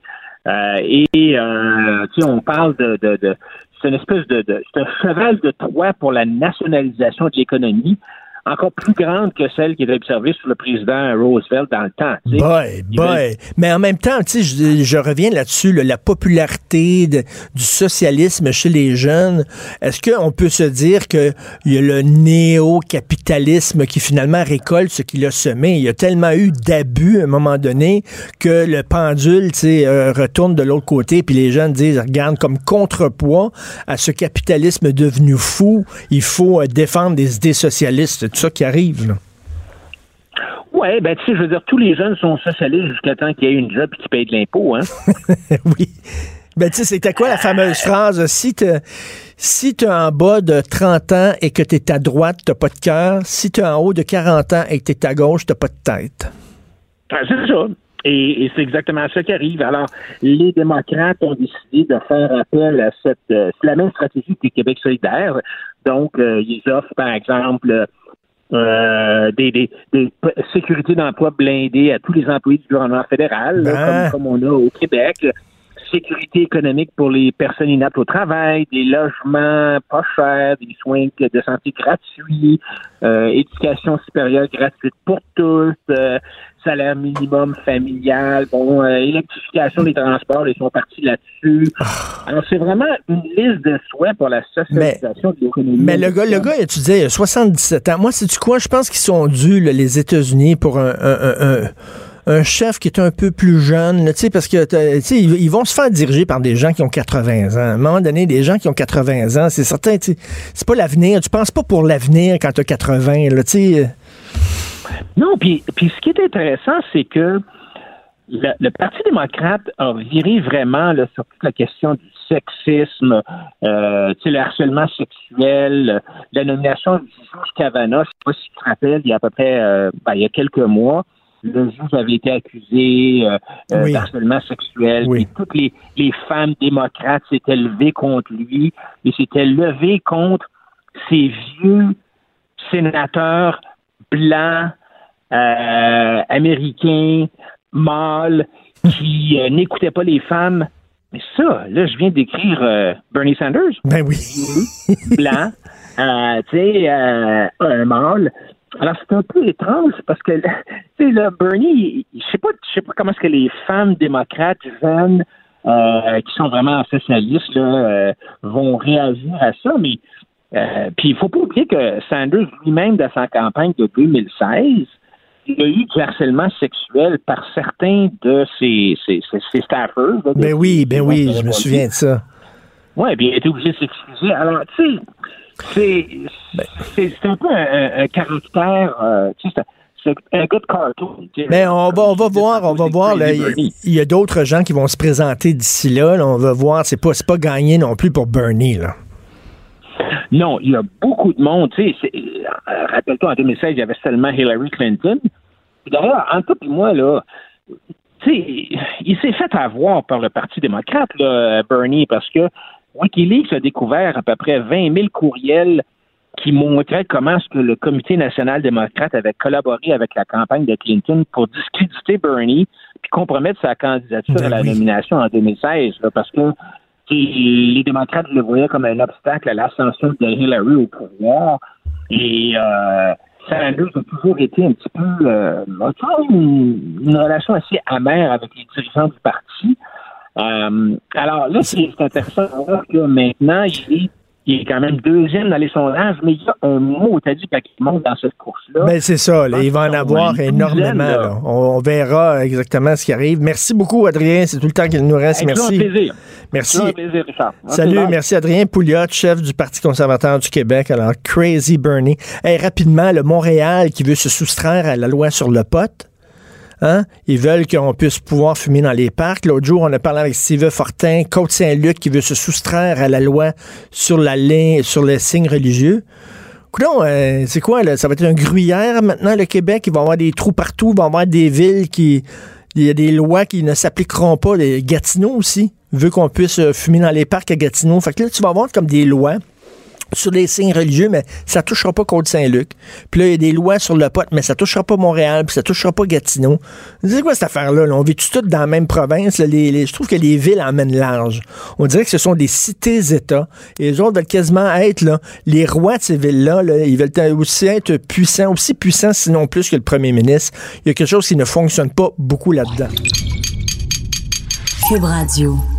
On parle c'est une espèce c'est un cheval de Troie pour la nationalisation de l'économie, encore plus grande que celle qui est observée sur le président Roosevelt dans le temps. Mais en même temps, tu sais, je reviens là-dessus, la popularité du socialisme chez les jeunes. Est-ce qu'on peut se dire qu'il y a le néo-capitalisme qui finalement récolte ce qu'il a semé? Il y a tellement eu d'abus à un moment donné que le pendule, tu sais, retourne de l'autre côté, puis les jeunes disent, regarde, comme contrepoids à ce capitalisme devenu fou, il faut défendre des idées socialistes. C'est ça qui arrive, là. Oui, tu sais, je veux dire, tous les jeunes sont socialistes jusqu'à temps qu'il y ait une job et qu'ils payent de l'impôt, hein? Oui. Tu sais, c'était quoi la fameuse phrase? Si t'es en bas de 30 ans et que t'es à droite, t'as pas de cœur. Si t'es en haut de 40 ans et que t'es à gauche, t'as pas de tête. C'est ça. Et c'est exactement ça qui arrive. Alors, les démocrates ont décidé de faire appel à c'est la même stratégie que Québec solidaire. Donc, ils offrent, par exemple, des sécurités d'emploi blindées à tous les employés du gouvernement fédéral, comme on a au Québec. Sécurité économique pour les personnes inaptes au travail, des logements pas chers, des soins de santé gratuits, éducation supérieure gratuite pour tous, salaire minimum familial, électrification des transports, ils sont partis là-dessus. Alors, c'est vraiment une liste de souhaits pour la socialisation de l'économie. Mais le gars, tu disais, il a 77 ans. Moi, sais-tu quoi? Je pense qu'ils sont dus, là, les États-Unis, pour un chef qui est un peu plus jeune, tu sais, parce que ils vont se faire diriger par des gens qui ont 80 ans. À un moment donné, des gens qui ont 80 ans, c'est certain, c'est pas l'avenir. Tu penses pas pour l'avenir quand tu as 80, là, tu sais. Non, puis ce qui est intéressant, c'est que le Parti démocrate a viré vraiment là, sur toute la question du sexisme, le harcèlement sexuel, la nomination du juge Kavanaugh. Je sais pas si tu te rappelles, il y a à peu près il y a quelques mois, le juge avait été accusé d'harcèlement sexuel. Oui. Et toutes les femmes démocrates s'étaient levées contre lui et s'étaient levées contre ces vieux sénateurs blancs, américains, mâles, qui n'écoutaient pas les femmes. Mais ça, là, je viens d'écrire Bernie Sanders. Ben oui. Blanc, un mâle. Alors, c'est un peu étrange parce que, tu sais, là, Bernie, je sais pas comment est-ce que les femmes démocrates jeunes qui sont vraiment socialistes là, vont réagir à ça, mais puis il faut pas oublier que Sanders lui-même, dans sa campagne de 2016, il a eu du harcèlement sexuel par certains de ses staffers. Là, ben oui, je me souviens de ça. Oui, bien, il a été obligé de s'excuser. Alors, tu sais, c'est un peu un caractère, c'est un gars de cartoon. Mais on va voir. Il y a d'autres gens qui vont se présenter d'ici là. On va voir. C'est pas gagné non plus pour Bernie, là. Non, il y a beaucoup de monde. Tu sais, rappelle-toi, en 2016, il y avait seulement Hillary Clinton. D'ailleurs, entre toi et moi, là, tu sais, il s'est fait avoir par le Parti démocrate, là, Bernie, parce que WikiLeaks a découvert à peu près 20 000 courriels qui montraient comment est-ce que le Comité national démocrate avait collaboré avec la campagne de Clinton pour discréditer Bernie puis compromettre sa candidature à la nomination en 2016, là, parce que les démocrates le voyaient comme un obstacle à l'ascension de Hillary au pouvoir. Et Sanders a toujours été un petit peu une relation assez amère avec les dirigeants du parti. Alors là, c'est intéressant de voir que maintenant, il est quand même deuxième dans les sondages, mais il y a un mot, t'as dit, qui monte dans cette course-là. Ben c'est ça, là, il va en avoir énormément. Là. On verra exactement ce qui arrive. Merci beaucoup, Adrien. C'est tout le temps qu'il nous reste. Merci. Un plaisir. Merci. Un plaisir, Richard. Salut, merci Adrien Pouliot, chef du Parti conservateur du Québec. Alors, Crazy Bernie. Hey, rapidement, le Montréal qui veut se soustraire à la loi sur le pot. Hein? Ils veulent qu'on puisse pouvoir fumer dans les parcs. L'autre jour, on a parlé avec Steve Fortin, Côte-Saint-Luc, qui veut se soustraire à la loi sur les signes religieux. Coudonc, c'est quoi, là? Ça va être un gruyère maintenant, le Québec. Il va y avoir des trous partout. Il va y avoir des villes il y a des lois qui ne s'appliqueront pas. Gatineau aussi veut qu'on puisse fumer dans les parcs à Gatineau. Fait que là, tu vas avoir comme des lois sur les signes religieux, mais ça touchera pas Côte-Saint-Luc. Puis là, il y a des lois sur le pot, mais ça touchera pas Montréal, puis ça touchera pas Gatineau. C'est quoi cette affaire-là? Là? On vit toutes dans la même province. Là? Je trouve que les villes emmènent large. On dirait que ce sont des cités-États. Et les autres veulent quasiment être là, les rois de ces villes-là. Là, ils veulent aussi être puissants, aussi puissants, sinon plus que le premier ministre. Il y a quelque chose qui ne fonctionne pas beaucoup là-dedans. Cube Radio.